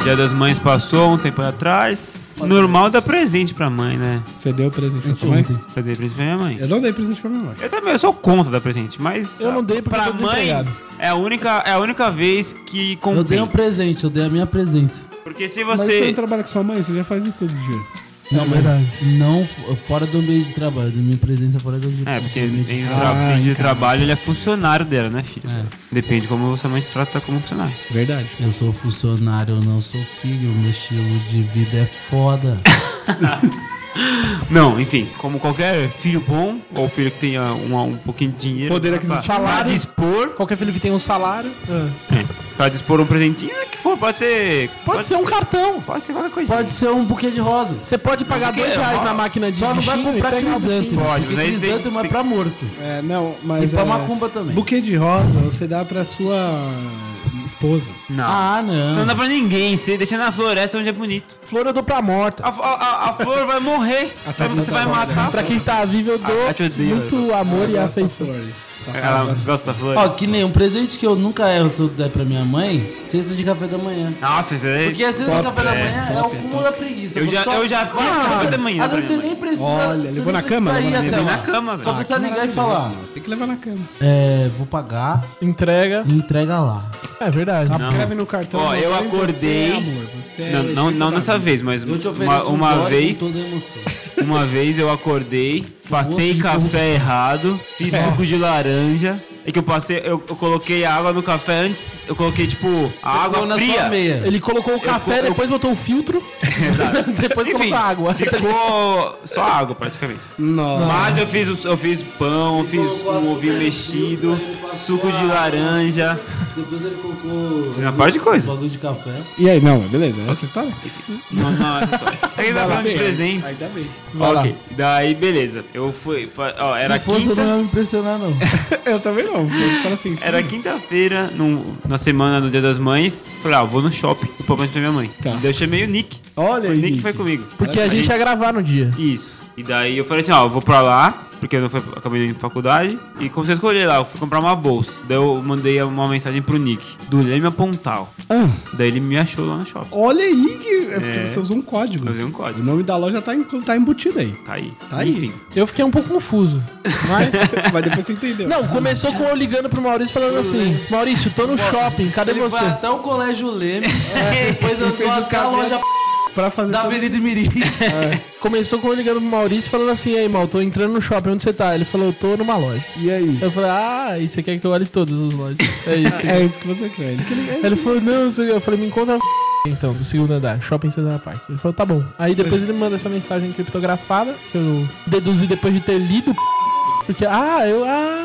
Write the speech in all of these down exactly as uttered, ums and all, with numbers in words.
Dia das Mães passou um tempo atrás. Normal dar presente pra mãe, né? Você deu presente pra sua mãe? Eu dei presente pra minha mãe. Eu não dei presente pra minha mãe. Eu também, eu sou contra dar presente, mas... Eu não dei porque pra eu tô mãe desempregado. é a, única, é a única vez que compensa. Eu dei um presente, eu dei a minha presença. Porque se Mas você não você... trabalha com sua mãe, você já faz isso todo dia. Não, É mas verdade. não f- fora do ambiente de trabalho, da minha presença fora do ambiente É, porque do em ambiente de tra... trabalho. Ah, em de entendi. trabalho ele é funcionário dela, né, filho? É. Depende de como sua mãe te trata como funcionário. Verdade. Eu sou funcionário, eu não sou filho, meu estilo de vida é foda. Não, enfim, como qualquer filho bom, ou filho que tenha um, um pouquinho de dinheiro... Poder pra- aquisitivo. pra Salário. dispor... Qualquer filho que tenha um salário. ah. É, pra dispor um presentinho, é que for, pode ser... Pode, ser um cartão. Pode ser qualquer coisa. Pode ser um buquê de rosas. Você pode pagar Porque- dois reais na máquina de Só não vai bichinho comprar e pegar o crisântemo, bichinho. Pode, porque mas aí tem- crisântemo é tem- pra morto. É, não, mas E pra é, macumba também. buquê de rosa você dá pra sua esposa. Não. Ah, não. Você não dá pra ninguém, você deixa na floresta onde é bonito. Flor eu dou pra morta. A, a, a- a flor vai morrer. Vai- você vai matar. Pra quem tá vivo eu dou Ah, eu te odeio, muito amor e Gosta afeição. flores. Tá Ela falando gosta da flor. Ó, que nem um presente que eu nunca erro se eu der pra minha mãe, cesta de café da manhã. Nossa, isso aí... Porque a cesta de Top, café da é, manhã é o cúmulo da preguiça. Eu Você já- só- eu já fiz Ah, café da manhã Às pra vezes você minha nem precisa. Olha, você levou nem na cama, precisa levou ir na até na lá. cama, velho. Só Ah, precisa que ligar e maravilhoso. falar. Tem que levar na cama. É, vou pagar Entrega. e entrega lá. É verdade. Não. Escreve no cartão. Ó, eu mamãe, acordei- Você é amor, você é Não, o não, efeito não da dessa vida. vez, mas Eu te uma, ofereço uma um gole vez... com toda a emoção. Uma vez eu acordei, passei Gosto de café corrupção. errado, fiz suco de laranja. É que eu passei, eu, eu coloquei a água no café antes, eu coloquei tipo a Você água pôs na sua fria. meia. Ele colocou o café, eu- depois botou o filtro, Exato. depois Enfim, colocou a água. Ficou só água praticamente. Nossa. Mas eu fiz, o- eu fiz pão, eu fiz um ovinho mexido, suco de laranja. Depois ele colocou. Fiz uma parte de coisa. um bagulho de café. E aí, não, beleza, essa história? Não, não, essa história. Aí tá falando de presentes. Ainda bem. Vai lá. Ok, daí beleza. Eu fui, fa- ó, era Se fosse, eu quinta. não ia me impressionar, não. Eu também não, eu falo assim. Era quinta-feira, num- na semana do Dia das Mães. Falei, ah, eu vou no shopping comprar presente pra minha mãe. Tá. Daí eu chamei o Nick. Olha O aí, Nick Nick. foi comigo. Porque a gente ia gravar no dia. Isso. E daí eu falei assim, ó, eu vou pra lá, porque eu não fui, acabei indo pra faculdade. E comecei a escolher lá, eu fui comprar uma bolsa. Daí eu mandei uma mensagem pro Nick, do Leme Pontal. Ah, Daí ele me achou lá no shopping. olha aí, que é porque É. você usou um código. Eu usei um O código. nome da loja tá, em- tá embutido aí. Tá aí. Tá aí. Enfim. Eu fiquei um pouco confuso. Mas. Mas depois você entendeu. Não, começou com eu ligando pro Maurício falando assim: Maurício, tô no shopping, cadê Ele você? foi até o colégio Leme, depois eu fez fez o até a cabelo loja Pra fazer da todo- Avenida Mirim. Começou com eu ligando pro Maurício falando assim: ei, mal, tô entrando no shopping, onde você tá? Ele falou: tô numa loja. E aí? Eu falei: ah, e você quer que eu olhe todas as lojas? É isso. É isso que você quer. Ele quer Aí ele falou: não, não sei o quê. Eu falei: me encontra no então, do segundo andar, shopping Center Park. Ele falou: tá bom. Aí depois ele manda essa mensagem criptografada, que eu deduzi depois de ter lido. Porque, ah, eu.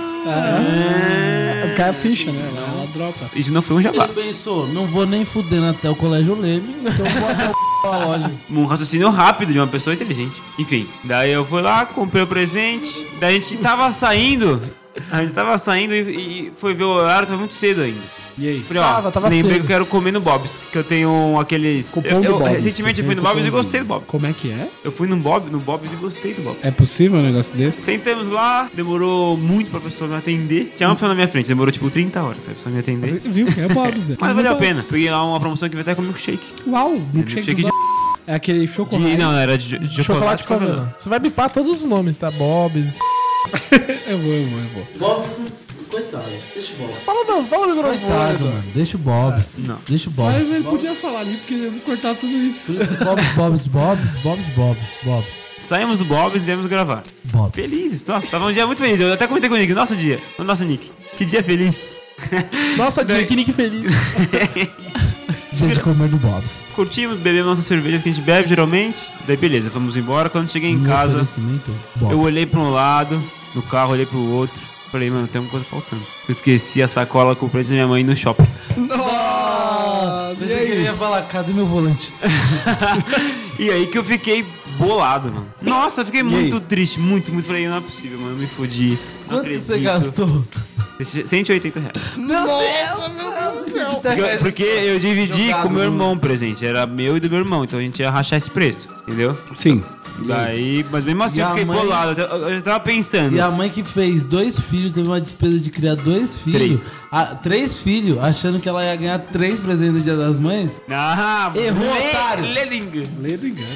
Ah. Cai a ficha, né? Ela, ela dropa. Isso não foi um jabá. Ele pensou, não vou nem fudendo até o colégio Leme, então vou até o a loja. Um raciocínio rápido de uma pessoa inteligente. Enfim, daí eu fui lá, comprei o presente. Daí a gente tava saindo. A gente tava saindo e, e foi ver o horário, tava muito cedo ainda. E aí? Falei, ó, Tava, tava lembrei cedo. que eu quero comer no Bob's. Que eu tenho aqueles. Cupom eu, do eu, Bob's. Recentemente eu fui no Tem Bob's e cupom gostei do Bob's. Como é que é? Eu fui no Bob, no Bob's e gostei do Bob's. É possível um negócio desse? Sentamos lá, demorou muito pra pessoa me atender. Tinha uma pessoa na minha frente, demorou tipo trinta horas pra pessoa me atender. Viu? É Bob's. É. Mas valeu a pena. Peguei lá uma promoção que veio até com milkshake. Uau, milkshake Milkshake do de, Bob. É aquele de. chocolate. Não, era de, de Chocolate chocolate, com avelã. Você vai bipar todos os nomes, tá? Bob's. Eu vou, eu vou, eu vou. Bob, coitado, deixa o Bob. Fala não, fala no microfone. Coitado, mano, deixa o Bob's. Não. Deixa o Bob's. Mas ele podia falar ali, porque eu vou cortar tudo isso. Bob's, Bob's, Bob's, Bob's, Bob's, Bob's, Saímos do Bob's e viemos gravar. Bob's. Felizes, nossa, tava um dia muito feliz. Eu até comentei com o Nick, nosso dia, o nosso Nick. Que dia feliz. Nossa, dia, que Nick feliz. Gente comendo Bob's. Curtimos, bebemos nossas cervejas que a gente bebe geralmente. Daí beleza, fomos embora. Quando cheguei em Um casa, oferecimento, Bob's. eu olhei pra um lado, no carro, olhei pro outro. Falei, mano, tem uma coisa faltando. Eu esqueci a sacola com o presente da minha mãe no shopping. Nossa! Pensei que ele ia falar, cadê meu volante? E aí que eu fiquei bolado, mano. Nossa, eu fiquei aí? muito triste, muito, muito. Falei, não é possível, mano, eu me fodi. Não Quanto você acredito. gastou? cento e oitenta reais. Meu Deus, meu Deus do céu. Porque, porque eu dividi Jogado com meu no- irmão o presente. Era meu e do meu irmão. Então a gente ia rachar esse preço, entendeu? Sim. Daí, mas mesmo assim E eu a fiquei mãe- bolado. Eu, eu já tava pensando. E a mãe que fez dois filhos, teve uma despesa de criar dois filhos. Três. Ah, três filhos, achando que ela ia ganhar três presentes no Dia das Mães. Ah, Errou, le- otário. Leling. Lê do engano.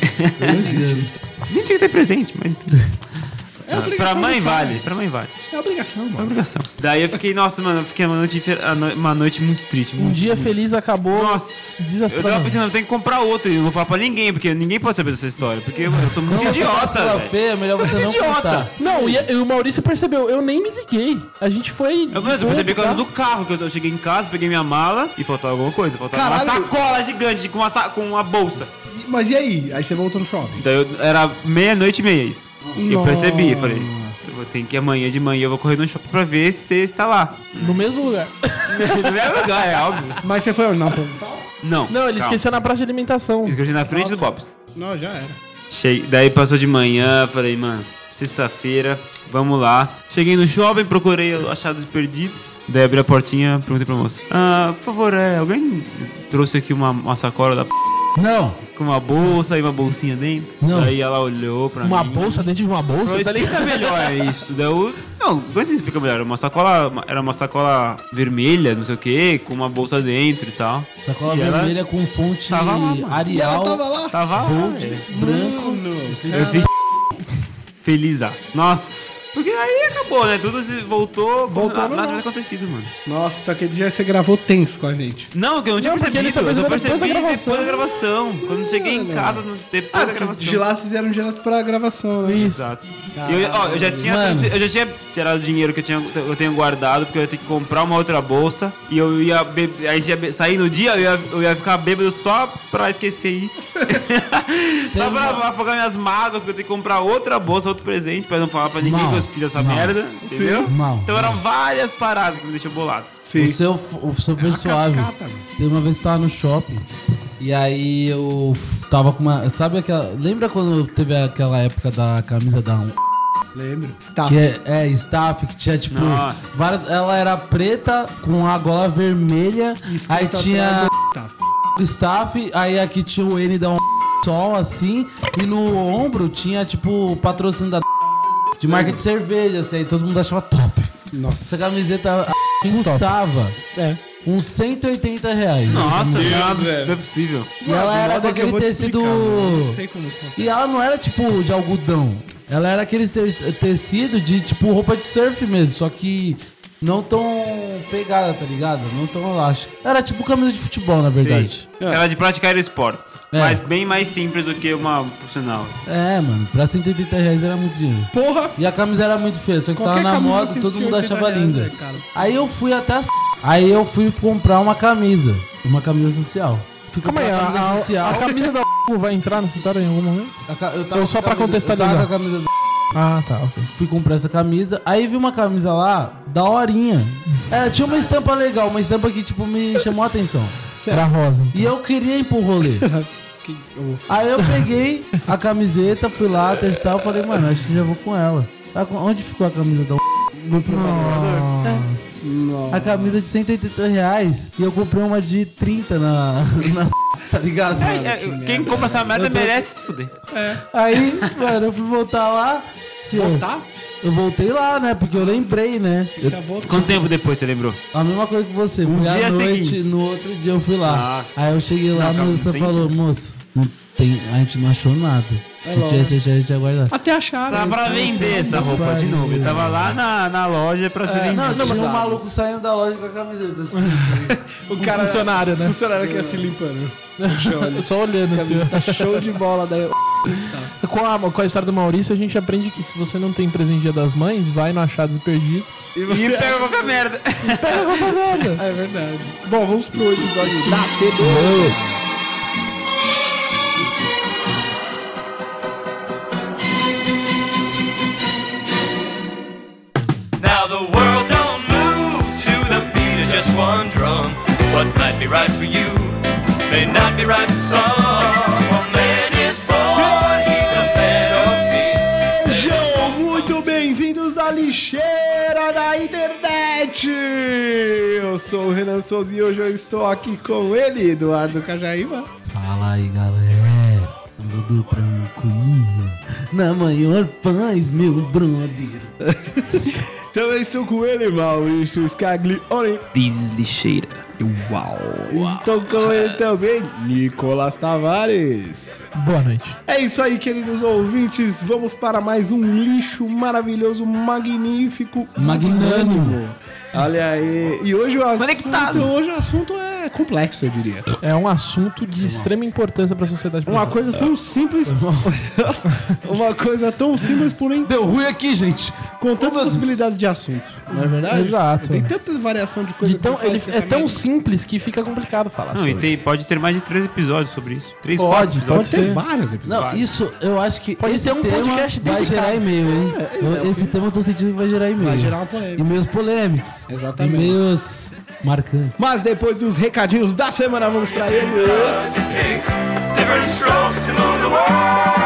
Nem tinha que ter presente, mas. É obrigação pra mãe dos pais. vale, pra mãe vale. É obrigação, É mano. obrigação. Daí eu fiquei, nossa, mano, eu fiquei uma noite, infer- a no- uma noite muito triste. Um Muito, dia muito. feliz acabou Nossa, eu tava desastrosamente. pensando, eu tenho que comprar outro e eu não vou falar pra ninguém, porque ninguém pode saber dessa história. Porque eu, eu sou muito Não, você idiota, passa ela velho. feia, é melhor Sou você muito não idiota. contar. Não, e, e o Maurício percebeu, eu nem me liguei. A gente foi... Eu, eu percebi por causa do carro, que eu, eu cheguei em casa, peguei minha mala e faltava alguma coisa. Faltava Caralho. uma sacola gigante com uma, sa- com uma bolsa. Mas e aí? Aí você voltou no shopping. Então eu, era meia-noite e meia isso. E eu Nossa. percebi, eu falei, eu vou ter que ir amanhã de manhã, eu vou correr no shopping pra ver se você está lá. No mesmo lugar. No mesmo lugar, é óbvio. Mas você foi onde? Na Pontal? Não. Não, ele calma. esqueceu na praça de alimentação. Esqueci na frente Nossa. do Bob's. Não, já era. Cheguei, daí passou de manhã, falei, mano, sexta-feira, vamos lá. Cheguei no shopping, procurei achados perdidos. Daí abri a portinha, perguntei pra moça: Ah, por favor, é, alguém trouxe aqui uma, uma sacola da p... Não, com uma bolsa e uma bolsinha dentro? Não. Daí ela olhou pra Uma mim. bolsa dentro de uma bolsa, Falou, tá ligado? explica melhor isso. Daí eu, não, como assim explica melhor? Era uma sacola, uma- era uma sacola vermelha, não sei o que, com uma bolsa dentro e tal. sacola E ela vermelha com fonte tava lá, mano. E ela Arial, tava lá. Tava lá, Gold, velho. branco. Eu fiquei feliz. Nossa. Porque aí acabou, né? Tudo se voltou, Voltou como nada normal. tinha acontecido, mano. Nossa, então aquele dia você gravou tenso com a gente. Não, que eu não tinha Não, porque ele percebido, só eu só percebeu percebi depois da depois da gravação. Quando eu cheguei em Mano. casa, no- depois da gravação. De lá vocês eram direto pra gravação, né? Isso. Exato. E eu, ó, eu já tinha Mano. eu já tinha tirado o dinheiro que eu, tinha, eu tenho guardado, porque eu ia ter que comprar uma outra bolsa. E eu ia be- a gente ia be- sair no dia, eu ia, eu ia ficar bêbado só pra esquecer isso. só pra uma- afogar minhas mágoas, porque eu tenho que comprar outra bolsa, outro presente, pra não falar pra ninguém Mal. que eu fiz essa Mal. merda. Entendeu? Mal. Então eram várias paradas que me deixou bolado. Sim. O seu, o seu foi uma suave. cascata, mano. Teve uma vez que tava no shopping. E aí eu f- tava com uma. Sabe aquela. Lembra quando teve aquela época da camisa da um? Lembro. Staff. Que é, é, staff, que tinha tipo. Nossa. Várias, ela era preta com a gola vermelha. Escrito Aí atrás tinha é staff. o staff, aí aqui tinha o N da um sol assim. E no ombro tinha tipo o patrocínio da de marca de cerveja, assim, aí todo mundo achava top. Nossa. Essa camiseta custava É. uns cento e oitenta reais. Nossa, Deus, não, velho. não é possível. E ela Nossa, era moda com que eu aquele vou te tecido. explicar, mano. Não sei como contar. E ela não era tipo de algodão. Ela era aquele te- tecido de tipo roupa de surf mesmo, só que não tão pegada, tá ligado? Não tão elástica. Era tipo camisa de futebol, na verdade. Sim. Era de praticar esportes. É. Mas bem mais simples do que uma profissional. É, mano, pra cento e oitenta reais era muito dinheiro. Porra! E a camisa era muito feia, só que Qualquer tava na camisa moda, cento e todo mundo oitenta achava reais, linda. né, cara? Aí eu fui até a... Aí eu fui comprar uma camisa. Uma camisa social. Fui Calma comprar aí, uma camisa a, social. a, a camisa da vai entrar nessa história em algum momento? A ca- eu tava Ou só com a pra camisa- contextualizar? Eu tava com a camisa da... Ah, tá, ok. Fui comprar essa camisa. Aí vi uma camisa lá, daorinha. É, tinha uma estampa legal, uma estampa que, tipo, me chamou a atenção. Era rosa. E eu queria ir pro rolê. Nossa, que- eu- Aí eu peguei a camiseta, fui lá testar, eu falei, mano, acho que já vou com ela. Tá com- Onde ficou a camisa da... No provador. Nossa. A camisa de cento e oitenta reais. E eu comprei uma de trinta na... na tá ligado? É, é, quem compra essa merda Eu tô- merece se fuder. Aí, mano, eu fui voltar lá. senhor, Tá? Eu voltei lá, né? Porque eu lembrei, né? Eu- Já volto. Quanto tempo depois você lembrou? a mesma coisa que você. Um Fui à dia noite, seguinte. no outro dia eu fui lá. Nossa. Aí eu cheguei lá, Não, a moça calma, falou, sem moço, não tem, a gente não achou nada. É Se lógico. tivesse achado, a gente ia guardar. Até acharam. Tava pra vender essa roupa de novo. Ele tava lá na, na loja pra ser vendido. Não, tinha um usados. maluco saindo da loja com a camiseta assim. O cara, funcionário, né? funcionário que ia se limpando. No chão ali. Só olhando assim. Camisa tá show de bola daí. Com a, com a história do Maurício, a gente aprende que se você não tem presente Dia das Mães, vai no Achados e Perdidos. E E você pega qualquer merda. Pega qualquer merda. É verdade. Bom, vamos pro episódio da C dois. Now the world don't move to the beat of just one drum. What might be right for you may not be right for some. A man is born, he's a man of peace. Sejam muito bem-vindos à lixeira da internet! Eu sou o Renan Souza e hoje eu estou aqui com ele, Eduardo Cajaíba. Fala aí, galera. Tudo tranquilo. Na maior paz, meu brother. Também estou com ele, Maurício Scaglione. This is lixeira. Uau! Estou com ele também, Nicolas Tavares. Boa noite. É isso aí, queridos ouvintes. Vamos para mais um lixo maravilhoso, magnífico, Magnânimo. Olha aí. E hoje o assunto, Conectados. hoje o assunto é complexo, eu diria. É um assunto de extrema importância pra sociedade Uma brasileira. coisa tão simples. Uma coisa tão simples, porém Deu ruim aqui, gente. com tantas Meu Deus. possibilidades de assunto. Não é verdade? Exato. Tem tanta variação de coisa De tão- que você ele faz é tão especialmente. simples que fica complicado falar Não, e sobre. tem, pode ter mais de três episódios sobre isso. Três, Pode, quatro episódios. Pode ter ser. vários episódios. Não, isso eu acho que Pode esse ser um tema podcast vai dedicado. gerar e-mail, hein? Eu- esse tema eu tô sentindo que vai gerar e-mail. Vai gerar uma polêmica. E-mails polêmicos. Exatamente. E-mails marcantes. Mas depois dos recadinhos da semana, vamos pra eles. It takes different strokes to move the world.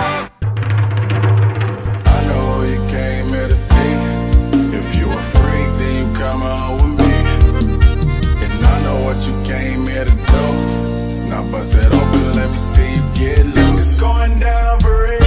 I know who you came here to see. If you a freak, then you come on with me. And I know what you came here to do. Now bust it open, let me see you get loose. It's going down for real.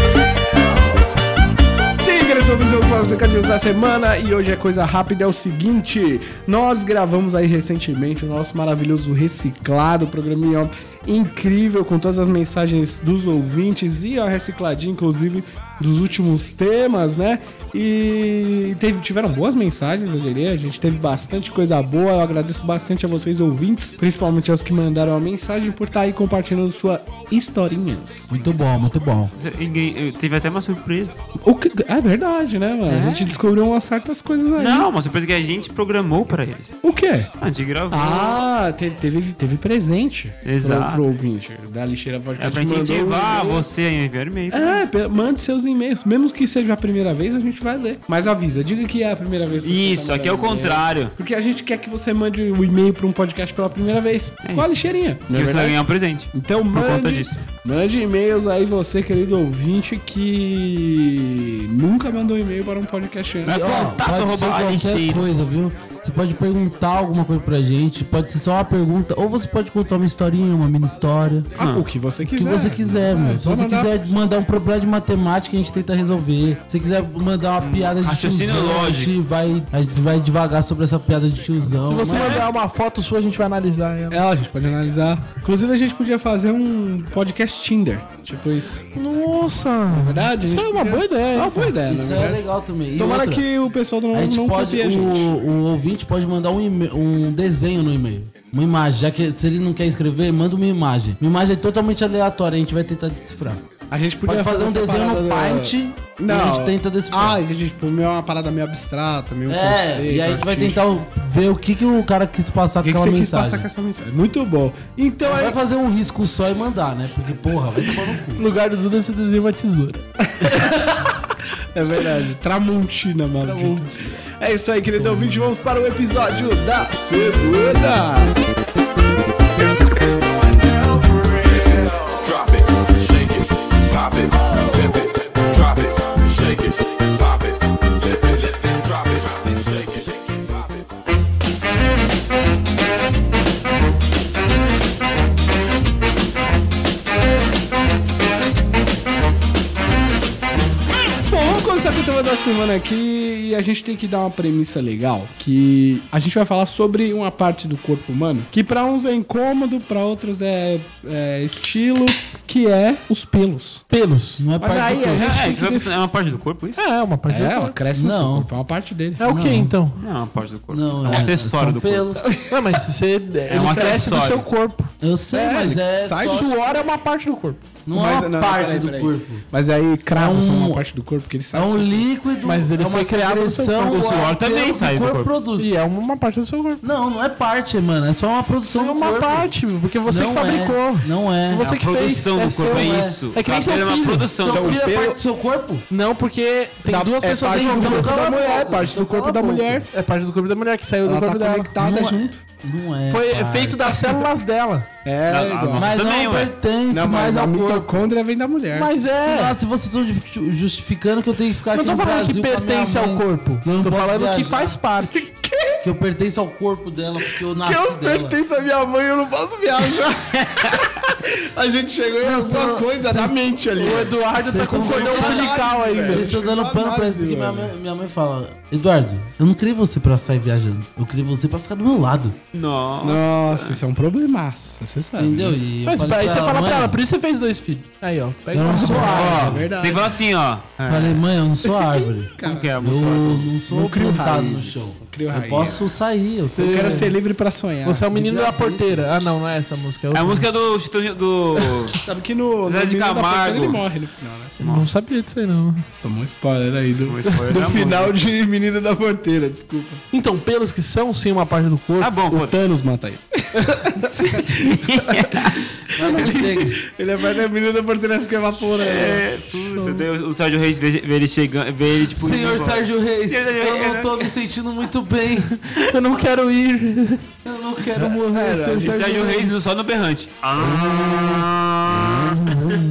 Sim, queridos ouvintes, vamos para os recadinhos da semana. E hoje é coisa rápida, é o seguinte. Nós gravamos aí recentemente o nosso maravilhoso Reciclado, programinha incrível, com todas as mensagens dos ouvintes e a recicladinha, inclusive, dos últimos temas, né? E teve, tiveram boas mensagens, eu diria. A gente teve bastante coisa boa. Eu agradeço bastante a vocês, ouvintes, principalmente aos que mandaram a mensagem, por estar aí compartilhando suas historinhas. Muito bom, muito bom. Ninguém- Teve até uma surpresa. O que, é verdade, né, mano? A gente descobriu umas certas coisas aí. Não, uma surpresa que a gente programou pra eles. O quê? A gente gravou. Ah, teve, teve, teve presente. Exato. Pro, pro ouvinte da Lixeira Podcast. É pra Mandou incentivar um e-mail. você a enviar e-mail. É, pe- mande seus e-mails. Mesmo que seja a primeira vez, a gente vai ler. Mas avisa, diga que é a primeira vez que você Isso, tá aqui é o mandando e-mail. contrário. Porque a gente quer que você mande o e-mail pra um podcast pela primeira vez. É com a isso. lixeirinha. E Não é você vai verdade? ganhar um presente. Então Por mande, conta disso. mande e-mails aí, você, querido ouvinte, que nunca mandou e-mail para um podcast antes. Mas- E, ó, Contato pode ser arroba qualquer lixeira. coisa, viu? Você pode perguntar alguma coisa pra gente, pode ser só uma pergunta, ou você pode contar uma historinha, uma mini história. Ah, o que você O quiser. que você quiser, meu. Se só você mandar- quiser mandar um problema de matemática, a gente tenta resolver. Se você quiser mandar uma piada de Raciocínio tiozão, a lógico. gente vai, a gente vai devagar sobre essa piada de tiozão. Se você Mas- mandar uma foto sua, a gente vai analisar ela. É, a gente pode analisar. Inclusive, a gente podia fazer um podcast Tinder. Tipo isso. Nossa! Verdade? Isso A é gente uma podia- boa ideia. É uma boa ideia, Isso na é verdade. legal também. E Tomara outra, que o pessoal não, a gente não pode, copie a gente. o, o ouvinte pode mandar um, e-mail- um desenho no e-mail. Uma imagem, já que se ele não quer escrever, manda uma imagem. Uma imagem totalmente aleatória, a gente vai tentar decifrar. A gente podia Pode fazer um essa desenho no parada da- Paint e a gente tenta decifrar. Ah, entendi. Tipo, meio uma parada meio abstrata, meio um É, conceito. e aí a gente vai artístico. tentar ver o que, que o cara quis passar O com que, que aquela você quis mensagem. passar com essa mensagem? Muito bom. Então, Não aí, vai fazer um risco só e mandar, né? Porque, porra, vai tomar no cu. No lugar do Duda, você desenha uma tesoura. é verdade. Tramontina, mano. É isso aí, querido ouvinte. Vamos para o episódio da semana. Drop it, shake it, pop it, flip it, drop it, shake it, pop it, flip it, drop it, shake it, pop it. Bom, vamos começar com o tema da semana aqui e a gente tem que dar uma premissa legal, que a gente vai falar sobre uma parte do corpo humano que pra uns é incômodo, pra outros é, é estilo, que é os pelos. Pelos. Não é Mas parte aí do a corpo. gente É, tem é, que def- é uma parte do corpo isso? É, é uma parte É, do ela corpo. cresce no seu Não. corpo, é uma parte dele. É o que então? Não é uma parte do corpo. Não, é um é, acessório são do pelos. corpo. Não, mas você. É um um cresce do acessório. seu corpo. Eu sei, É, mas é sai só... Suor é uma parte do corpo. Não Mas- é uma não, não, parte peraí, do peraí. corpo. Mas aí cravos É um- são uma parte do corpo que ele É sai. um líquido, Mas ele é uma foi criado no seu secreção, corpo. O suor é também pelo que sai o do corpo corpo. produz. E é uma parte do seu corpo. Não, não é parte, mano. É só uma produção É do uma corpo. parte, porque você Não que fabricou. É, não é. Você É a que fez. produção É do seu, corpo, é é. isso. É que nem O seu cabelo é uma filho. produção. Seu Então, filho o é pelo- parte do seu corpo? Não, porque tem Da- duas é pessoas parte do dentro corpo do da corpo. mulher, boca, parte do então corpo cala da a boca. mulher. É parte do corpo da mulher que saiu Ela do tá corpo dela. conectada Não é. junto. Não é. Foi parte. feito das células dela. É, Não, igual. não, Mas também, não ué. pertence Não, mas mais a ao corpo. mitocôndria vem da mulher. Mas é. Nossa, se vocês estão ju- justificando que eu tenho que ficar Não aqui tô no falando Brasil que com a minha pertence ao mãe, corpo. eu não Tô posso falando que viajar. faz parte. que eu pertenço ao corpo dela porque eu nasci Que eu dela. pertenço à minha mãe, eu não posso viajar. A gente chegou em alguma coisa da mente ali. O Eduardo tá com o cordão umbilical aí, velho. velho. Vocês estão dando pano pra isso, porque minha Mano. mãe, minha mãe fala: Eduardo, eu não criei você pra sair viajando. Eu criei você pra ficar do meu lado. Nossa. Nossa, isso é um problemaço, você sabe. Entendeu? E eu Mas falei aí você ela, fala pra "Mãe, ela, por isso você fez dois filhos. Aí, ó. Pega eu não sou É árvore. verdade. Tem que falar assim, ó. Falei, mãe, eu não sou árvore. Como que é a Eu música? não sou Não crio plantado no raízes. chão. Crio Eu raiz. posso sair. Eu Eu quero ser livre pra sonhar. Você é o menino da porteira. Ah, não, não é essa música. É a outra. música do Chitãozinho do. Sabe que no, no Zé de Menino da Camargo. Porteira ele morre no final, né? Eu não sabia disso aí, não. Tomou um spoiler aí do, spoiler do da final música. de Menino da Porteira, desculpa. Então, pelos que são sim uma parte do corpo. Tá bom, O foda-se. Thanos mata ele. Ele é parte da Menino da Porteira fica evaporando. É, puta, daí o o Sérgio Reis vê, vê ele chegando, vê ele tipo. Senhor indo embora. Sérgio Reis, Senhor Sérgio eu Reis, não tô me sentindo muito bem. Eu não quero ir. Eu não quero morrer, É, senhor E Sérgio, Sérgio Reis indo só no berrante. Ah.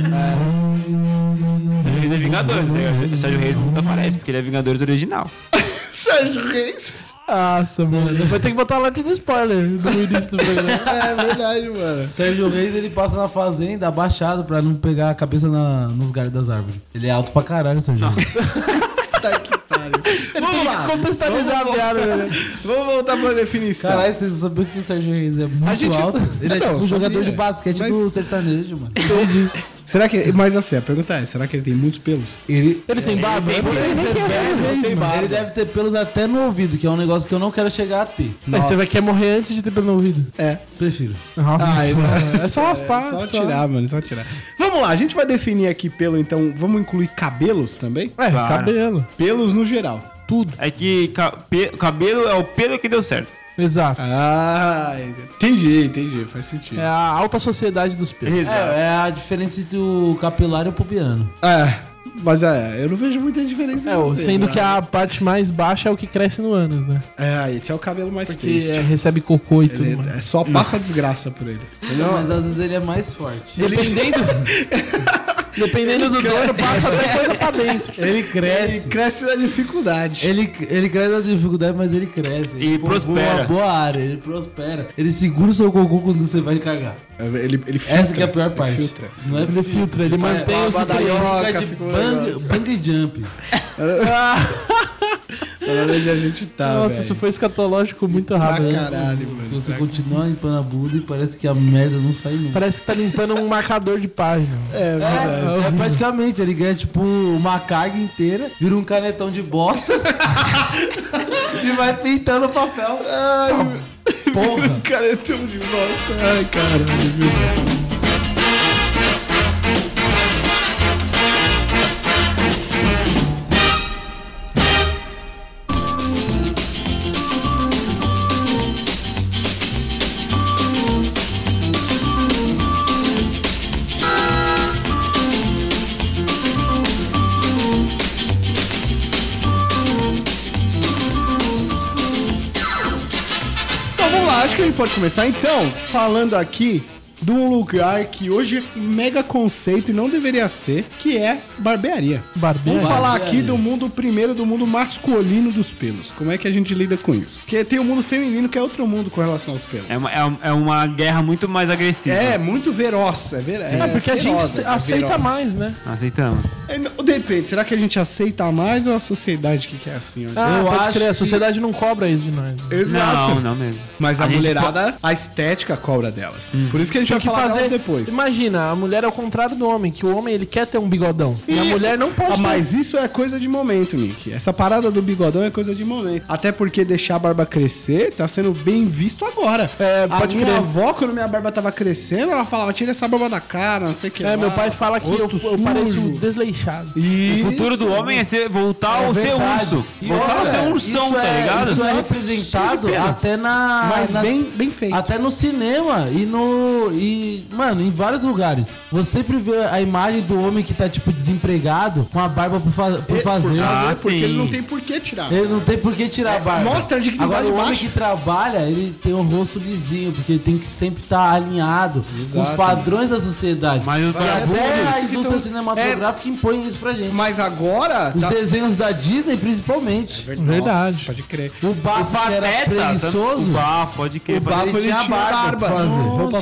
Sérgio Reis é Vingadores. O Sérgio Reis não desaparece, porque ele é Vingadores original. Sérgio Reis. Nossa, mano. Vai ter que botar lá de spoiler no início do programa. É verdade, mano. Sérgio Reis, ele passa na fazenda abaixado pra não pegar a cabeça na- nos galhos das árvores. Ele é alto pra caralho, Sérgio Reis. Tá que pariu. Vamos lá. Contextualizar a piada, velho. Vamos voltar pra definição. Caralho, vocês sabiam que o Sérgio Reis é muito gente- alto? Ele é Não, tipo um sabia. jogador de basquete Mas- do sertanejo, mano. Será que... Mas assim, a pergunta é, será que ele tem muitos pelos? Ele, Ele tem barba? Eu não sei nem Ele quem é Sérgio Reis, tem mano. barba. Ele deve ter pelos até no ouvido, que é um negócio que eu não quero chegar a ter. Aí você vai querer morrer antes de ter pelo no ouvido. É. Prefiro. Nossa, Ai, é só raspar. É só tirar, mano, só tirar. Vamos lá, a gente vai definir aqui pelo, então, vamos incluir cabelos também? É, Claro. cabelo. Pelos no geral. Tudo. É que ca- pe- cabelo é o pelo que deu certo. Exato. Ah, entendi, entendi, faz sentido. É a alta sociedade dos pelos. É, é a diferença entre o capilar e o pubiano. É, mas é, eu não vejo muita diferença. É, em o- você, sendo né? que a parte mais baixa é o que cresce no ânus, né? É, esse é o cabelo mais Porque triste. é, recebe cocô e tudo. Ele mano. é, só passa desgraça por ele. Não, mas às vezes ele é mais forte. Dependendo. Dependendo do dono, passa até coisa pra dentro. Ele Ele cresce. cresce na dificuldade. Ele, ele cresce na dificuldade, mas ele cresce. E Ele povoa prospera. uma boa área, ele prospera. Ele segura o seu cocô quando você vai cagar. Ele, ele filtra, Essa que é a pior ele parte. filtra. Não é Ele filtra, ele mantém os uma nutrientes. badalhoca, Fica de fica um bang, negócio. bang jump. Pelo menos a gente tá, Nossa, velho. isso foi escatológico muito Pra rápido. né? caralho, mano. Você Pra- continua limpando a bunda e parece que a merda não sai nunca. Parece que tá limpando um marcador de página. É verdade. É, é praticamente, ele ganha tipo uma carga inteira, vira um canetão de bosta e vai pintando o papel. Ai, Porra! cara, é tão de bosta. Ai, caralho, meu. Então vamos lá, acho que a gente pode começar então falando aqui de um lugar que hoje é mega conceito e não deveria ser, que é barbearia. Barbeiro. Vamos falar Barbearia. aqui do mundo primeiro, do mundo masculino dos pelos. Como é que a gente lida com isso? Porque tem o mundo feminino que é outro mundo com relação aos pelos. É uma, é um- é uma guerra muito mais agressiva. É, muito veroz, é verdade. É porque a gente aceita mais, né? Aceitamos. Depende, será que a gente aceita mais ou a sociedade que quer assim? Ó? Ah, Eu pode acho crer, a que- sociedade não cobra isso de nós. Exato. Não, não mesmo. Mas a, A gente mulherada, a estética cobra delas. Por isso que a gente Tem vai que falar fazer delas depois. Imagina, a mulher é o contrário do homem, que o homem ele quer ter um bigodão. E, a mulher não pode Ah, ter. mas isso é coisa de momento, Nick. Essa parada do bigodão é coisa de momento. Até porque deixar a barba crescer tá sendo bem visto agora. É, a pode minha crer. avó, quando minha barba tava crescendo, ela falava, tira essa barba da cara, não sei o que. É, lá. meu pai fala que eu, Rosto eu pareço sujo. desleixado. Isso. O futuro do homem é ser, voltar É ao ser verdade. urso. E Voltar ao outra, ser ursão, isso tá é- ligado? Isso é representado até na. Mas na- bem, bem feito. Até no cinema e no. E, mano, em vários lugares. Você sempre vê a imagem do homem que tá, tipo, desempregado, com a barba por, fa por Por fazer. fazer, Ah, porque sim. ele não tem por que tirar. Ele não tem por que tirar a barba. mostra a dignidade Agora, o homem baixa. que trabalha, ele tem um rosto lisinho, porque ele tem que sempre estar alinhado com os Exato. padrões da sociedade. Mas os E até vagabundos a que indústria tão- cinematográfica impõe isso pra gente. Mas agora... Os tá- desenhos da Disney, principalmente. Verdade. Nossa, pode crer. O Bafo que era Pateta, preguiçoso. O bafo, pode crer. O bafo ele tinha barba pra fazer. Roupa Nossa, o furada,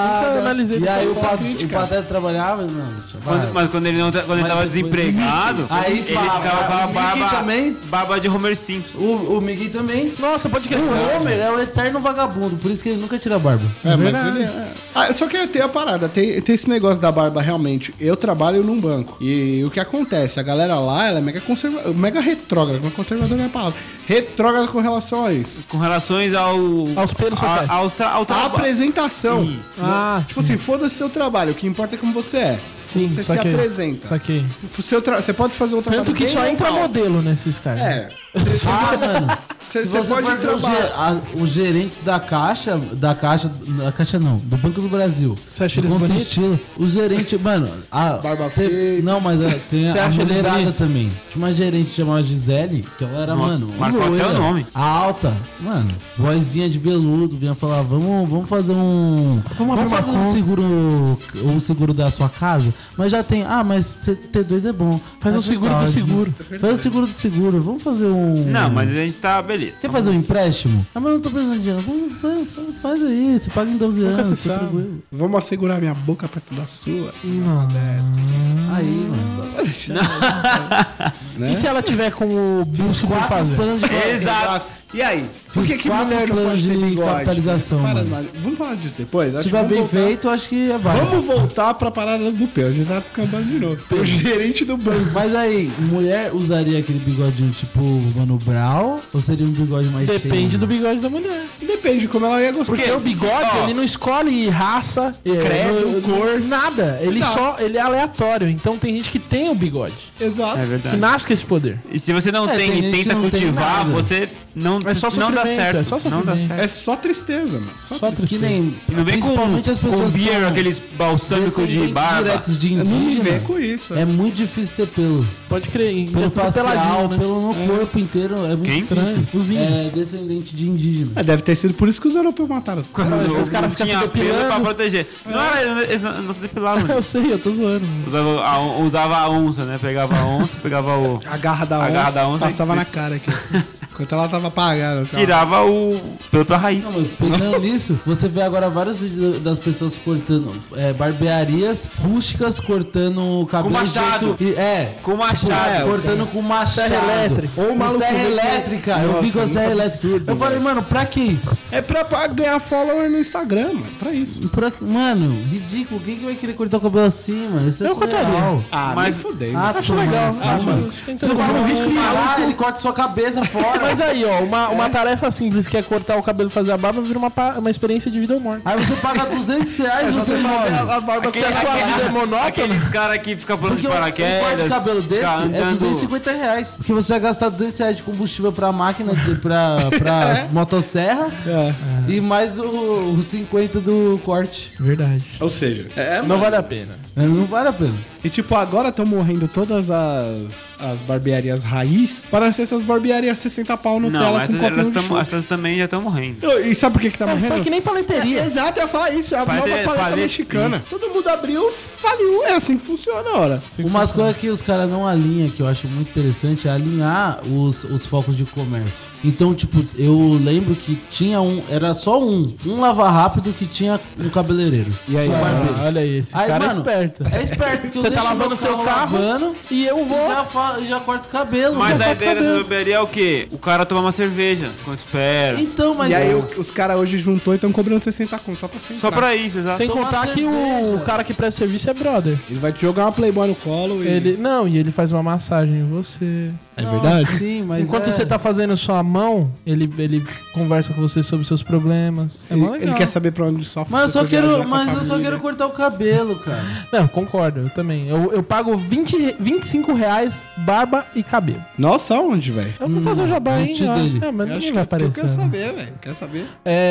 nunca analisei E dessa aí o, forma. pat, o Pateta trabalhava, não. deixa- vai. Quando- mas quando ele, não, tá- quando ele Mas tava depois- desempregado, Aí, ele pá, ficava com a o Mickey barba, também. barba de Homer Simpson. O, o Miguel também. Nossa, pode crer. O Homer é o eterno vagabundo, por isso que ele nunca tira a barba. É, mas verdade. ele é... Ah, só que tem a parada, tem, tem esse negócio da barba realmente. Eu trabalho num banco. E o que acontece? A galera lá, ela é mega conservadora, mega retrógrada, uma conservadora é a palavra. Retrógrada com relação a isso. Com relações ao... Aos pelos sociais. a- aos tra- ao A trabalho. apresentação. Isso. Ah, Tipo sim. assim, foda-se seu trabalho, o que importa é como você é. Sim, Você se saquei. apresenta. Saquei. O seu tra... Você pode fazer o trabalho Tanto que bem só ou entra mal. modelo nesses caras. É. Ah, mano. Você, Se você você pode for ver os, trabalhar. ge- a- os gerentes da Caixa, da Caixa, da Caixa não, do Banco do Brasil. Você acha do eles Conta bonitos? Estilo, os gerentes, mano, a, Barba tem- feita. não, mas é, tem Você a acha eles mulherada bonitos? também. Tinha uma gerente chamada Gisele, que ela era, Nossa, mano, marcou até loira, o nome. alta, mano, vozinha de veludo, vinha falar, vamos, vamos fazer um, vamos, abrir uma fazer um conta. seguro, um seguro da sua casa, mas já tem, ah, mas C- T dois é bom. Faz É um seguro do verdade. seguro. Faz o seguro do seguro, vamos fazer um... Não, mas a gente tá... Beleza. Quer fazer um empréstimo? Ah, mas eu não tô precisando de dinheiro. Vamos, faz, faz- faz aí, você paga em doze Nunca anos, se tá sabe. tranquilo. Vamos assegurar minha boca perto da sua. Aí, mano. Né? E se ela tiver com o bolso por fazer? Planos de Exato. E aí? Por que, Fiz que quatro mulher não planos pode ter de bigode? capitalização, Para, mano. mano. Vamos falar disso depois? Se Acho que tiver vamos bem voltar- feito, acho que é válido. Vamos voltar pra parada do pé. A gente tá descambando de novo. Tem o gerente do banco. Mas aí, mulher usaria aquele bigodinho tipo Mano Brown? Ou seria um bigode mais Depende cheio? do bigode da mulher. Depende de como ela ia gostar. Porque o bigode, ó, ele não escolhe raça, credo, é, cor, nada. Ele Nasce. só, ele é aleatório. Então tem gente que tem o bigode, Exato. É que verdade. nasce com esse poder. E se você não É, tem tem e gente que tenta não tem cultivar, nada. você não, É só não dá sofrimento, certo. é só não dá sofrimento. certo. É só tristeza, mano. Só, Só tristeza. Que nem... E não vem com, principalmente as pessoas com beer, são aqueles balsâmicos de descendentes barba. diretos de Eu não me indígena. vê com isso. É muito difícil ter pelo. Pode crer. e Pelo é tudo facial, peladinho, né? pelo no corpo inteiro. É muito Quem? estranho. Os É índios. descendente de indígena. É, deve ter sido por isso que os europeus mataram. Quando Mas não- esses caras não ficam tinha se pelo depilando. pra proteger. Não era, eles não, não se depilavam. Eu sei, eu tô zoando. Usava a, usava a onça, né? Pegava a onça, pegava o... A garra da A onça, garra da onça passava e- na cara aqui, assim. Enquanto ela tava apagada. assim, ó. Tirava o pelo pra raiz. Não, mas pensando nisso, você vê agora vários vídeos das pessoas cortando é, barbearias rústicas, cortando o cabelo. Com de machado. jeito- e- é. Com machado. É, cortando com machado. Serra elétrica. Ou o Com maluco serra vem com- elétrica. eu Nossa, vi com a muito serra elétrica. absurdo, Eu falei, velho. mano, pra que isso? É pra, pra ganhar follower no Instagram, mano. Pra isso. Pra- mano, ridículo. Quem que vai querer cortar o cabelo assim, mano? Isso é Eu cortaria. surreal. Ah, Mas- me fudei. Ah, mas- Acho legal. Ah, acho, mano. acho que tem Você todo corre um mundo. risco de malar, ele corta sua cabeça fora. Mas aí, ó, uma, uma tarefa simples que é cortar o cabelo e fazer a barba vira uma, pa- uma experiência de vida ou morte. Aí você paga duzentos reais e você morre. a barba Se a sua vida é monótona, Aqueles caras que ficam falando Porque de um, um corte paraquedas. de cabelo desse ficar é andando- duzentos e cinquenta reais. Porque você vai gastar duzentos reais de combustível pra máquina, de, pra, pra motosserra É. e mais o, o cinquenta do corte. verdade. Ou seja, é, Não vale a pena. É, não vale a pena. E tipo, agora estão morrendo todas as, as barbearias raiz para ser essas barbearias sessenta pau no Não, tela essas, com elas, copinho de tamo, chopp. essas também já estão morrendo. E sabe por que que tá É, morrendo? foi que nem paleteria. É, exato, eu ia falar isso. É a Palete- nova paleta palete- mexicana. Todo mundo abriu, faliu. É assim que funciona, ora. Umas coisas que os caras não alinham, que eu acho muito interessante, é alinhar os, os focos de comércio. Então, tipo, eu lembro que tinha um, era só um, um lava rápido que tinha no cabeleireiro. E aí, Tinha um barbeiro. Ah, olha aí, esse Aí, cara mano, é esperto. É esperto, porque eu Você tá deixo lavando meu seu carro lavando e eu e vou. já, fa- já corto o cabelo. Mas já a corto o ideia dessa cabelo. barbearia é o quê? O cara toma uma cerveja enquanto espera. Então, mas E aí eu- os, os caras hoje juntou e estão cobrando sessenta conto só pra sentar. Só pra isso, exato. Sem Tomar contar que o cerveja. cara que presta serviço é brother. Ele vai te jogar uma Playboy no colo e... Ele, não, e ele faz uma massagem em você. É Não, verdade? Sim, mas Enquanto é- você tá fazendo sua mão, ele, ele conversa com você sobre seus problemas. É mó Ele, legal. ele quer saber pra onde sofre. Mas eu só você for viajar quero, com a mas eu só família. quero cortar o cabelo, cara. Não, concordo, eu também. Eu, eu pago vinte, re- vinte e cinco reais barba e cabelo. Nossa, onde, velho? Eu vou fazer o jabá no aí. tio dele. É, mas Eu acho ninguém que vai eu aparecer. quero né? saber, velho. Quero saber.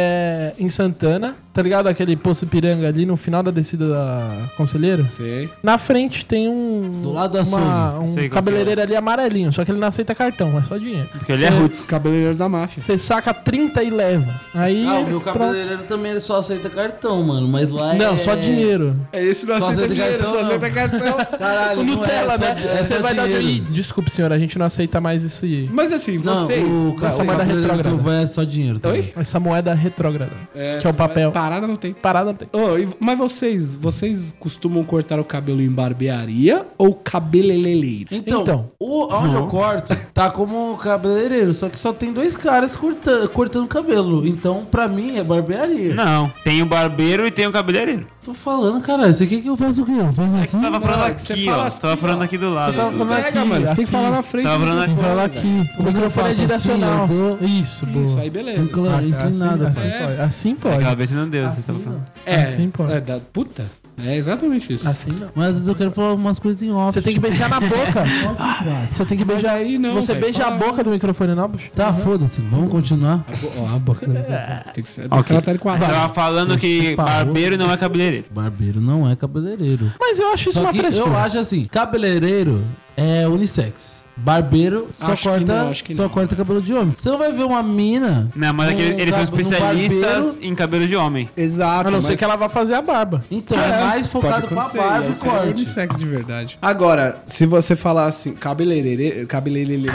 É, em Santana, tá ligado? Aquele posto Ipiranga ali no final da descida da Conselheiro? Sei. Na frente tem um. Do lado da uma, Sony. um Sei qual cabeleireiro ali amarelinho, só que ele não aceita cartão, é só dinheiro. Porque ele é Cê- roots. Cabeleireiro da máfia. Você saca trinta e leva. Aí. Ah, o meu pronto. cabeleireiro também ele só aceita cartão, mano. Mas lá é. Não, só dinheiro. É esse não Só aceita aceita de dinheiro, cartão, só não. aceita cartão. Caralho, O não Nutella, é, né? só- é Você só vai dar do... dinheiro. Ih, desculpe, senhor, a gente não aceita mais esse... Mas assim, Não, vocês... o, ca- essa o moeda cabeleireiro que retrógrada. eu vou é só dinheiro. Tá? Oi? Essa moeda retrógrada, É, que é o papel. Parada não tem. Parada não tem. Ô, e- mas vocês, vocês costumam cortar o cabelo em barbearia ou cabeleireiro? Então, Então. o, onde eu corto, tá como cabeleireiro, só que só tem dois caras cortando, cortando cabelo. Então, pra mim, é barbearia. Não, tem o barbeiro e tem o cabeleireiro. Tô falando, caralho, você quer que eu faça o quê? Eu faço É que assim? você tava falando é que você aqui, fala ó. Você tava falando aqui do lado. Você tava falando Pega, aqui, mano, você tem que aqui. falar na frente. Tava do falando aqui. microfone, Fala velho. aqui. O microfone é faço direcional. assim, eu tô- Isso, boa. Isso, aí beleza. Incla- inclinado, assim, pai. assim pode. Assim pode. Aquela vez você não deu, você tava falando. É, Assim, pô. é da puta. É exatamente isso. Assim não. Mas às vezes eu quero falar umas coisas em off. Você tem que beijar na boca. Você tem que Mas beijar. aí não, Você velho, beija fala- a boca do microfone, não, bicho? Tá, foda-se, vamos continuar. A, bo ó, a boca do microfone. Tem que ser. Tem que ela tá de quadrado. Tava falando que parou. barbeiro não é cabeleireiro. Barbeiro não é cabeleireiro. Mas eu acho isso Só uma que frescura. eu acho assim, cabeleireiro é unissex. Barbeiro só Acho que corta, não, acho que só não. corta cabelo de homem. Você não vai ver uma mina. Não, mas é que num eles são cab- num especialistas barbeiro. em cabelo de homem. Exato. A não ser mas- que ela vá fazer a barba. Então, é, mais pode focado pra acontecer, barba e aí seria corte. unissex de verdade. Agora, se você falar assim, cabeleireiro, cabeleireiro,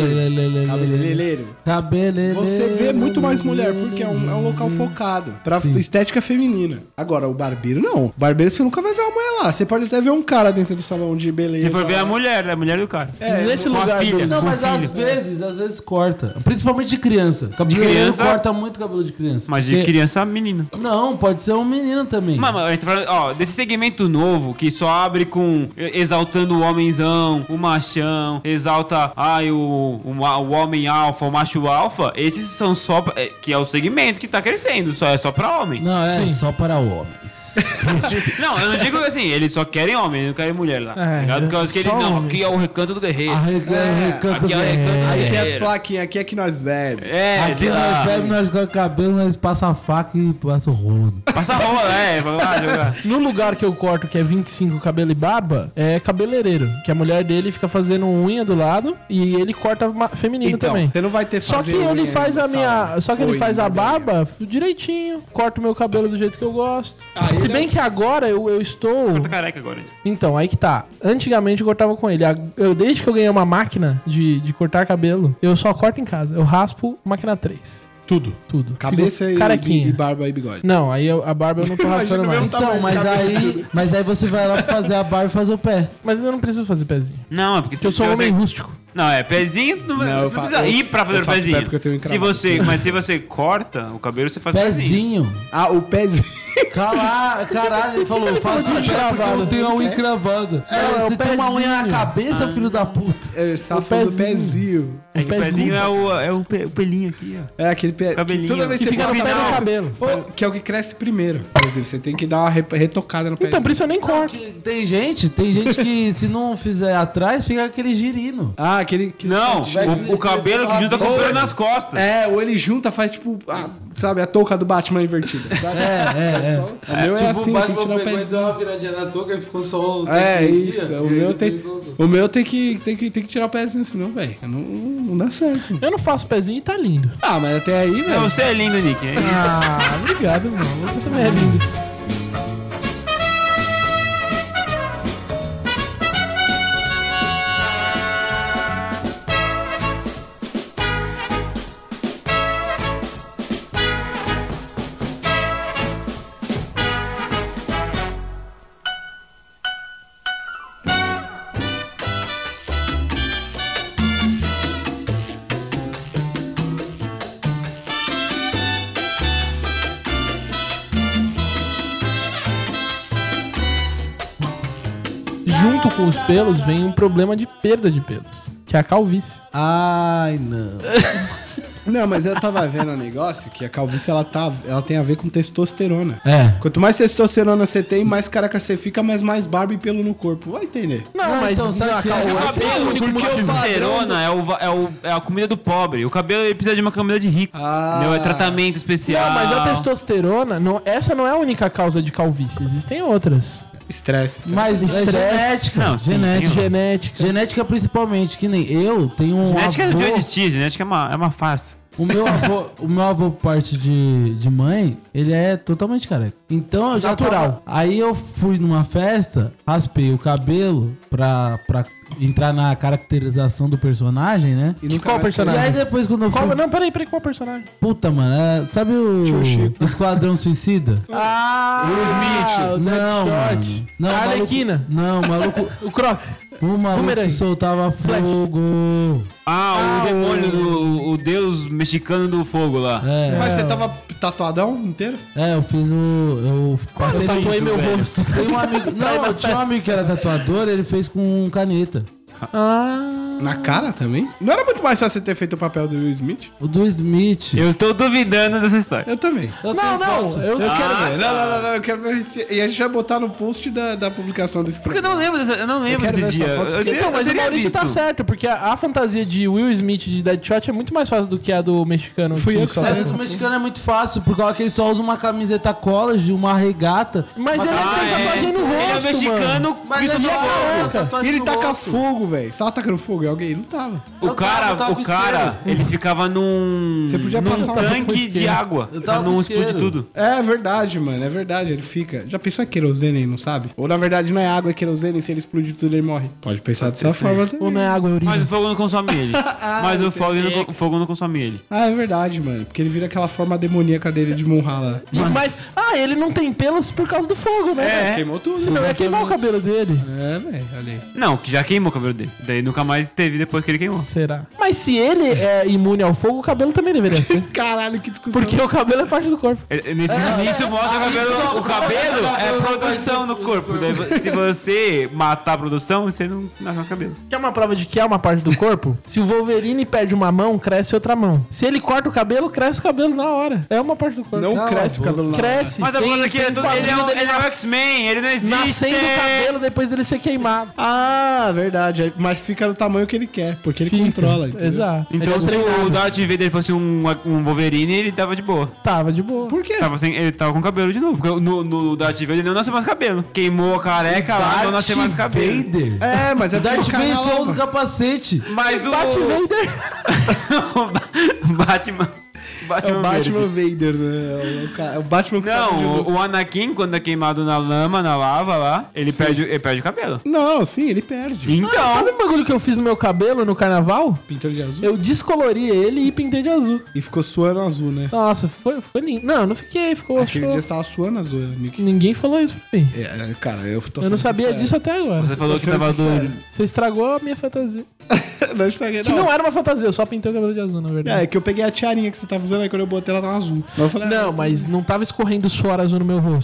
cabeleireiro, Cabeleireiro. você vê muito mais mulher, porque é um, é um local focado pra estética feminina. Agora, o barbeiro não. O barbeiro você nunca vai ver uma mulher lá. Você pode até ver um cara dentro do salão de beleza. Se for ver lá. a mulher, é a mulher do cara. É, Nesse com a lugar filha. do- Não, com mas filho. às vezes, às vezes corta. Principalmente de criança. Cabeleireiro criança? corta muito cabelo de criança. Mas de Porque- criança, menino. Não, pode ser um menino também. Mano, a gente tá falando, ó, desse segmento novo que só abre com exaltando o homenzão, o machão, exalta, ai, o, o, ma- o homem alfa, o macho alfa, esses são só, pra- é, que é o segmento que tá crescendo, só é só pra homem. Não, é Sim. só para homens. Não, eu não digo assim, eles só querem homem, não querem mulher lá. É, ligado? Porque eles, só não, homens. aqui é o recanto do guerreiro. Arrecanto aqui é o recanto do Aí tem as guerreiro. plaquinhas, aqui é que nós bebe. É, Aqui sei lá. nós bebe, nós corta cabelo, nós passa a faca e passa o rodo. Passa a rola, é, vai lá jogar. No lugar que eu corto, que é vinte e cinco cabelo e barba, é cabeleireiro. Que a mulher dele fica fazendo unha do lado e ele corta ma- feminino Então, também. você não vai ter Só que fazer ele unha faz no a minha. salão. Só que ele Ou faz em a barbearia. barba direitinho. Corta o meu cabelo do jeito que eu gosto. Aí Se ele bem é- que agora eu, eu estou. Tá careca agora. gente. Então, aí que tá. Antigamente eu cortava com ele. A- Eu, desde que eu ganhei uma máquina de, de cortar cabelo, eu só corto em casa. Eu raspo máquina três. Tudo. Tudo. Cabeça Fico e, carequinha. e barba e bigode. Não, aí eu- a barba eu não tô raspando mais. Então, mas aí, mas aí você vai lá pra fazer a barba e fazer o pé. Mas eu não preciso fazer pezinho. Não, é porque Porque eu sou um se homem você- rústico. Não, é pezinho, não, Não, você eu não fa- precisa eu- ir pra fazer eu o faço pezinho. pé porque eu tenho se encravado. você, mas se você corta o cabelo, você faz pezinho. Pezinho. Ah, o pezinho. Cala, caralho, ele falou, eu faço o pé porque eu tenho a unha encravada. Não, é Você o tem uma unha na pezinho. cabeça, filho da puta. Ele está O falando do pezinho. pezinho. É que o pezinho. pezinho é o, é o, pe- o pelinho aqui, ó. É aquele pé. Cabelinho. Toda vez Que você fica no passa pé do mal, cabelo. Pô, que é o que cresce primeiro. Inclusive, você tem que dar uma re- retocada no pezinho. Então, por isso eu nem corto. Que tem gente, tem gente que se não fizer atrás, fica aquele girino. Ah, aquele... aquele Não, sentido. o, o cabelo que junta com o pelo nas costas. É, ou ele junta, faz tipo, ah, sabe, a touca do Batman invertida, sabe? É, é, é. O meu é assim, tem que tirar o pezinho. uma viradinha na touca e ficou só o... É, isso. O meu tem, o meu tem que, tem que, tem que tirar o pezinho, senão, velho, não, não dá certo. Eu não faço pezinho e tá lindo. Ah, mas até aí, Não, velho. você é lindo, Nick. É isso. Ah, obrigado, irmão. Você também é lindo. Junto com os pelos vem um problema de perda de pelos, que é a calvície. Ai, não. Não, mas eu tava vendo um negócio que a calvície, ela, tá, ela tem a ver com testosterona. É. Quanto mais testosterona você tem, mais careca você fica, mais mais barba e pelo no corpo. Vai entender. Não, Não, mas então, sabe não, a que é? calvície O é o Cabelo, único porque motivo. o testosterona é, o, va- é, o, é a comida do pobre. O cabelo ele precisa de uma comida de rico. Ah. Entendeu? É tratamento especial. Não, mas a testosterona, não, essa não é a única causa de calvície. Existem outras. Estresse. Mas é Estresse. genética. Não, sim, genética. Genética. Genética principalmente, que nem eu tenho um Genética avô... não existir, genética é uma, é uma farsa. O meu avô, o meu avô, por parte de, de mãe, ele é totalmente careca. Então eu já Natural. tava- aí eu fui numa festa, raspei o cabelo pra, pra entrar na caracterização do personagem, né? E Que nunca qual mais personagem? E aí depois quando eu fui... Qual, não, peraí, peraí, qual personagem? Puta, mano, é- sabe o Tio Chico. Esquadrão Suicida? Ah, o Não, mano. Não, a o maluco- Arlequina. Não, o maluco... O Croc. O maluco Boomerang. soltava fogo. Ah, Ah, o demônio, o- do, o deus mexicano do fogo lá. É, Mas você tava tatuadão inteiro? é, eu fiz o... Eu passei Eu tatuei isso, meu velho? rosto. Tem um amigo... Pra ir Não, na eu tinha um festa. amigo que era tatuador, ele fez com caneta. Ah. Na cara também? Não era muito mais fácil você ter feito o papel do Will Smith? O do Smith. Eu estou duvidando dessa história. Eu também. Eu Não, tenho não, foto. eu, Eu quero Ah, ver. tá. Não, não, não, não, eu quero ver. esse- E a gente vai botar no post da, da publicação desse Porque eu programa. não lembro dessa, eu não lembro quero desse ver essa dia. foto. Eu teria- Então, eu mas o teria Maurício tá visto. certo, porque a, a fantasia de Will Smith de Deadshot é muito mais fácil do que a do mexicano. Fui eu que só- falei. Mas esse mexicano é muito fácil, por causa que ele só usa uma camiseta college, uma regata. Mas ele Ah, tem é. tatuagem no rosto, Ele é o mexicano mano. Mas que ele solta é fogo. careca. E ele taca fogo, velho. Você tava tacando fogo em alguém? Ele não tava. O Eu cara, tava, eu tava com o cara, isqueiro. ele ficava num, Você podia num passar uma roupa com tanque de isqueiro. água. Eu Pra tava não com explodir isqueiro. tudo. É verdade, mano. É verdade. Ele fica. Já pensou em querosene, não sabe? Ou na verdade não é água, é querosene. E se ele explodir tudo, ele morre. Pode pensar dessa forma também. Ou não é água, é urina. Mas o fogo não consome ele. Mas o fogo, não, o fogo não consome ele. Ah, é verdade, mano. Porque ele vira aquela forma demoníaca dele de Munhala. Mas, ah, ele não tem pelos por causa do fogo, né? É. Queimou tudo. Senão ia queimar o cabelo dele. É, velho. Olha aí. Não, que já queimou o cabelo dele. Daí nunca mais teve depois que ele queimou. Será? Mas se ele é imune ao fogo, o cabelo também deveria ser. Caralho, que discussão. Porque o cabelo é parte do corpo. Ele- Nesse início mostra o cabelo. O cabelo é produção no corpo. Daí, vo- se você matar a produção, você não nasce mais cabelo. Quer uma prova de que é uma parte do corpo? Se o Wolverine perde uma mão, cresce outra mão. Se ele corta o cabelo, cresce o cabelo na hora. É uma parte do corpo. Não Cala cresce a o boca. cabelo na Cresce. Mas a Tem- coisa aqui é tem tudo. Ele é, quadrinho um, dele ele é um nas- X-Men, ele não existe. Nascendo o cabelo depois dele ser queimado. Ah, verdade. Mas fica no tamanho que ele quer, porque ele Fica. controla. entendeu? Exato. Então, Ele se é o treinado. Darth Vader fosse um, um Wolverine, ele tava de boa. Tava de boa. Por quê? Tava sem, ele tava com cabelo de novo. Porque no, no Darth Vader ele não nasceu mais cabelo. Queimou a careca lá, não nasceu mais cabelo. Vader? É, mas é O Darth porque o Vader canal- só usa capacete. Mas o. Darth Vader. o Batman. É Batman, o Batman verde. Vader, né? O, ca- é o Batman que sabe de Não, luz. o, o Anakin, quando é queimado na lama, na lava lá, ele, perde, ele perde o cabelo. Não, sim, ele perde. Então. Ah, sabe o bagulho que eu fiz no meu cabelo no carnaval? Pintou de azul Eu descolori ele e pintei de azul. e ficou suando azul, né? Nossa, foi, foi lindo. Não, não fiquei, ficou Aquele show. dia você tava suando azul, Nick. Ninguém falou isso pra mim. É, cara, eu tô Eu não sendo sabia sincero. disso até agora. Você falou Tô que sendo tava sincero. doido. Você estragou a minha fantasia. Não estraguei, Que não. não era uma fantasia, eu só pintei o cabelo de azul, na verdade. É, que eu peguei a tiarinha que você tava usando, aí quando eu botei ela tava azul. Aí eu falei, ah, Não, mas não tava escorrendo suor azul no meu rosto.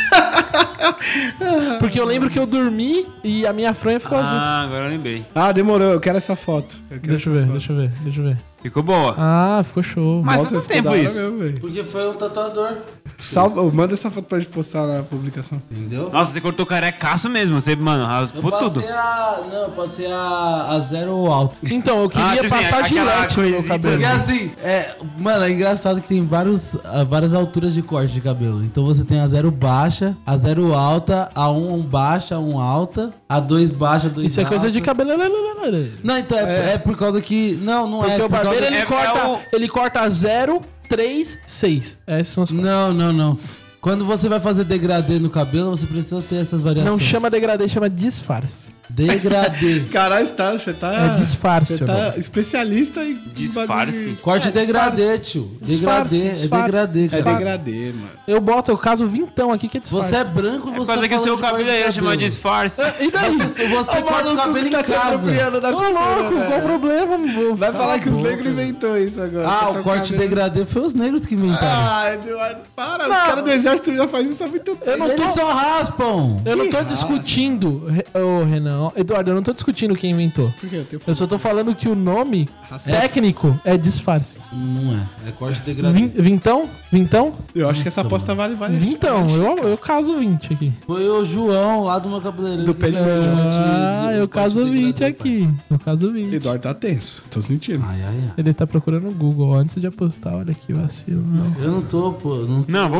Porque eu lembro que eu dormi e a minha fronha ficou azul. Ah, agora eu lembrei. Ah, demorou, eu quero essa foto. Eu quero Deixa eu essa ver, foto. deixa eu ver, deixa eu ver. Ficou boa. Ah, ficou show. Mas Nossa, faz ficou tempo da hora isso. mesmo, velho. Porque foi um tatuador. Salva, manda essa foto pra gente postar na publicação. Entendeu? Nossa, você cortou carecaço mesmo. Você, mano, Eu raspou passei tudo. a. Não, eu passei a, a zero alto. Então, eu queria Ah, tipo assim, passar aquela gilete no meu coisinha cabelo. Porque assim, é, mano, é engraçado que tem vários, ah, várias alturas de corte de cabelo. Então você tem a zero baixa, a zero alta, a um baixa, a um alta, a dois baixa, a dois Isso é coisa de alta. cabelo. Não, então é, é por causa que. Não, não Porque é. o por barbeiro causa... ele, é- corta, é o- ele corta zero, três, seis. Esses são os cortes. Não, não, não. Quando você vai fazer degradê no cabelo, você precisa ter essas variações. Não chama degradê, chama disfarce. Degradê. Caralho, você tá, você tá... É disfarce, Você tá mano. especialista em... Disfarce? Corte É, degradê, disfarce. tio. Disfarce, Degradê, disfarce. é degradê, É cara. degradê, mano. Eu boto, eu caso vintão aqui que é disfarce. Você é branco e É por você causa tá que o seu falando de cabelo corte ia de chamar de cabelo. disfarce. E daí? Você, você Ô, corta o maluco cabelo que em tá se casa. apropriando da Ô, cultura, louco, velho. qual o problema? Vou- Vai falar que os boca. negros inventou isso agora. Ah, Tá o com corte cabelo- degradê foi os negros que inventaram. Ah, Eduardo, para. Não. Os caras do exército já fazem isso há muito tempo. Eu não Eles tô... só raspam. Eu não tô Que discutindo, Re- ô Renan, Eduardo, eu não tô discutindo quem inventou. Por quê? Eu tenho Eu só tô falando que o nome Raça- técnico é disfarce. Não é. É corte degradê. Vin- Vintão? Vintão? Eu acho que essa aposta vale, vale. Vintão, eu, eu caso vinte aqui. Foi o João lá do meu cabeleireiro. Do pé de que fez o melhor. corte Ah, de- eu o corte caso degradê, vinte pai. aqui. Eu caso vinte. Eduardo tá tenso. Tô sentindo. Ai, ai, ai. Ele tá procurando no Google antes de apostar. Olha que vacilo. Não. Eu não tô, pô. Não tô. Não, vamos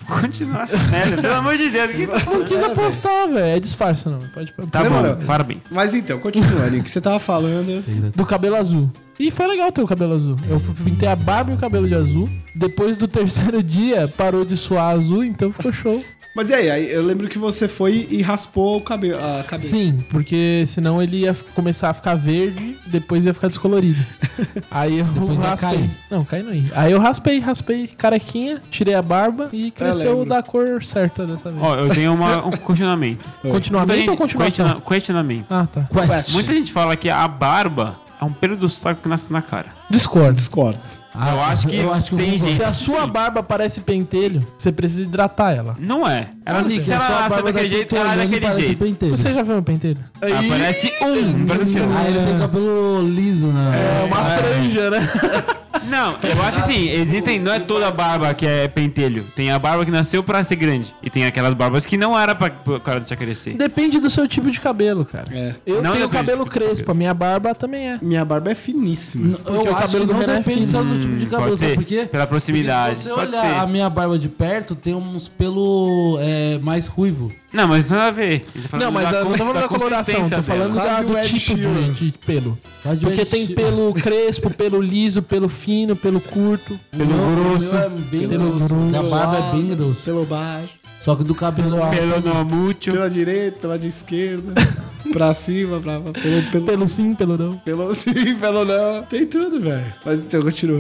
continuar essa merda. Pelo amor de Deus, o que tá Não falando? quis apostar, velho. É disfarce, não. Pode Tá Demorou. bom, parabéns. Mas então, continuando, o que você tava falando... Do cabelo azul. E foi legal ter o cabelo azul. Eu pintei a barba e o cabelo de azul. Depois do terceiro dia, parou de suar azul, então ficou show. Mas e aí, aí eu lembro que você foi e raspou o cabelo, a cabeça. Sim, porque senão ele ia f- começar a ficar verde, depois ia ficar descolorido. Aí eu Depois ia raspei. cair. Não, cai não aí. Aí eu raspei, raspei carequinha, tirei a barba e cresceu lembro. da cor certa dessa vez. Ó, eu tenho uma, um questionamento. Continuamento Muita ou gente- continuação? questiona- Questionamento. Ah, tá. Quest. Muita gente fala que a barba é um pelo do saco que nasce na cara. Discordo. Discordo. Ah, eu acho que, eu acho que eu tem concordo. gente... Se a sua barba parece pentelho, você precisa hidratar ela. Não é. Ela, Nick, se a ela sua nasce barba daquele daqui jeito, tô ela é olhando, daquele parece jeito. pentelho. Você já viu meu pentelho? Aparece um, não parece assim. Ah, ele tem cabelo liso, né? É uma franja, né? Não, eu acho assim, existem, não é toda barba que é pentelho. Tem a barba que nasceu pra ser grande. E tem aquelas barbas que não era pra o cara deixar crescer. Depende do seu tipo de cabelo, cara. É. Eu Não tenho depende cabelo do tipo de crespo, a minha barba também é. Minha barba é finíssima. Porque Eu o acho cabelo que do não Renan é depende fino. só do tipo de Hum, cabelo, pode sabe ser. por quê? Pela proximidade, Porque se você pode olhar ser. a minha barba de perto, tem uns pelo é, mais ruivo. Não, mas não tem nada a ver. Ele tá falando Não, mas da eu não tô con- falando da coloração, consistência tô falando dela. da, Quase do o Ed tipo Sheeran. de, de pelo. Tá de Porque Ed tem Sheeran. pelo crespo, pelo liso, pelo fino, pelo curto. Pelo grosso. É bem Pelo grosso. grosso. Da barba é bem grosso. Pelo baixo, Só que do cabelo é Pelo no mucho. pela direita, pela de esquerda, pra cima, pra... Pelo, pelo, Pelo sim, pelo não. pelo sim, pelo não. Tem tudo, velho. Mas então, continua.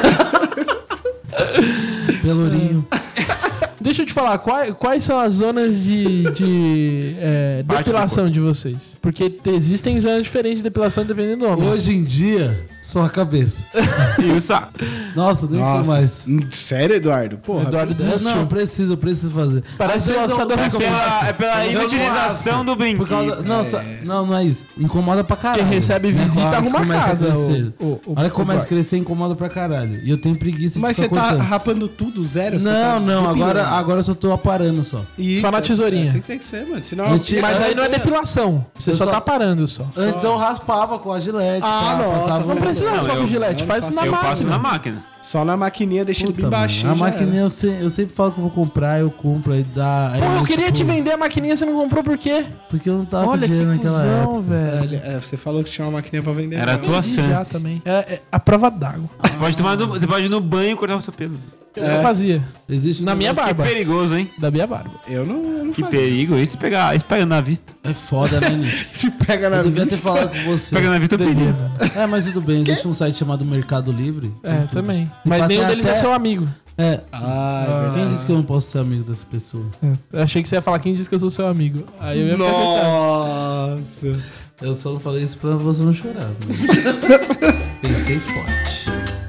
pelourinho. Deixa eu te falar, quais, quais são as zonas de, de é, Parte do depilação de vocês? Porque te- existem zonas diferentes de depilação dependendo do homem. Hoje em dia, só a cabeça. E o saco. Nossa, nem foi mais. Sério, Eduardo? Porra. Eduardo É, desistiu. não, preciso, eu preciso fazer. Parece Às o vezes eu- Alçador É Raspa. pela, é pela Eu não inutilização raspo. do brinquedo. Por causa, não, só- não, não é isso. Incomoda pra caralho. Quem recebe Né? visita, A hora que arruma a começa casa, crescer. o- o- o- A hora que o começa a Eduardo. crescer, incomoda pra caralho. E eu tenho preguiça de Mas você ficar tá cortando. rapando tudo, zero? Você Não, tá não, agora, depilando. agora eu só tô aparando só. Isso, Só na é- tesourinha. É assim que tem que ser, mano. Senão... Eu tiro- Mas aí não é Antes- depilação. Você Eu só só- tá parando só. Antes eu raspava com a gilete. Ah, pá, nossa, passava Não um- precisa Não, raspar eu- com gilete, eu faz faço- na Eu faço máquina. na máquina. Só na maquininha, deixa ele Puta, bem mano, baixinho. a já maquininha era. eu, se- eu sempre falo que eu vou comprar, eu compro, aí dá. Aí Porra, eu eu, queria tipo, te vender a maquininha, você não comprou por quê? Porque eu não tava Olha que pedindo naquela época. cuzão, velho. Caralho, é, você falou que tinha uma maquininha pra vender. Era a tua Vendi já chance. também. É, é a prova d'água. Você pode, tomar no, você pode ir no banho e cortar o seu pelo. Eu fazia. Existe Na um minha negócio barba. Que perigoso, hein? Da minha barba. Eu não, eu não Que fazia. perigo. Isso pegar, isso pega na vista. que É foda, né, Nick? Se pega na Eu devia ter vista. falado com você. Pega na vista, eu Devia, perdi. mano. É, mas tudo bem, existe um site chamado Mercado Livre. É, também. Mas pra nenhum ter deles é até- seu amigo. É. Ah, é verdade. Quem disse que eu não posso ser amigo dessa pessoa? Eu achei que você ia falar quem disse que eu sou seu amigo. Aí eu ia ficar chateado. Nossa. Eu só não falei isso pra você não chorar. Mas... Pensei forte.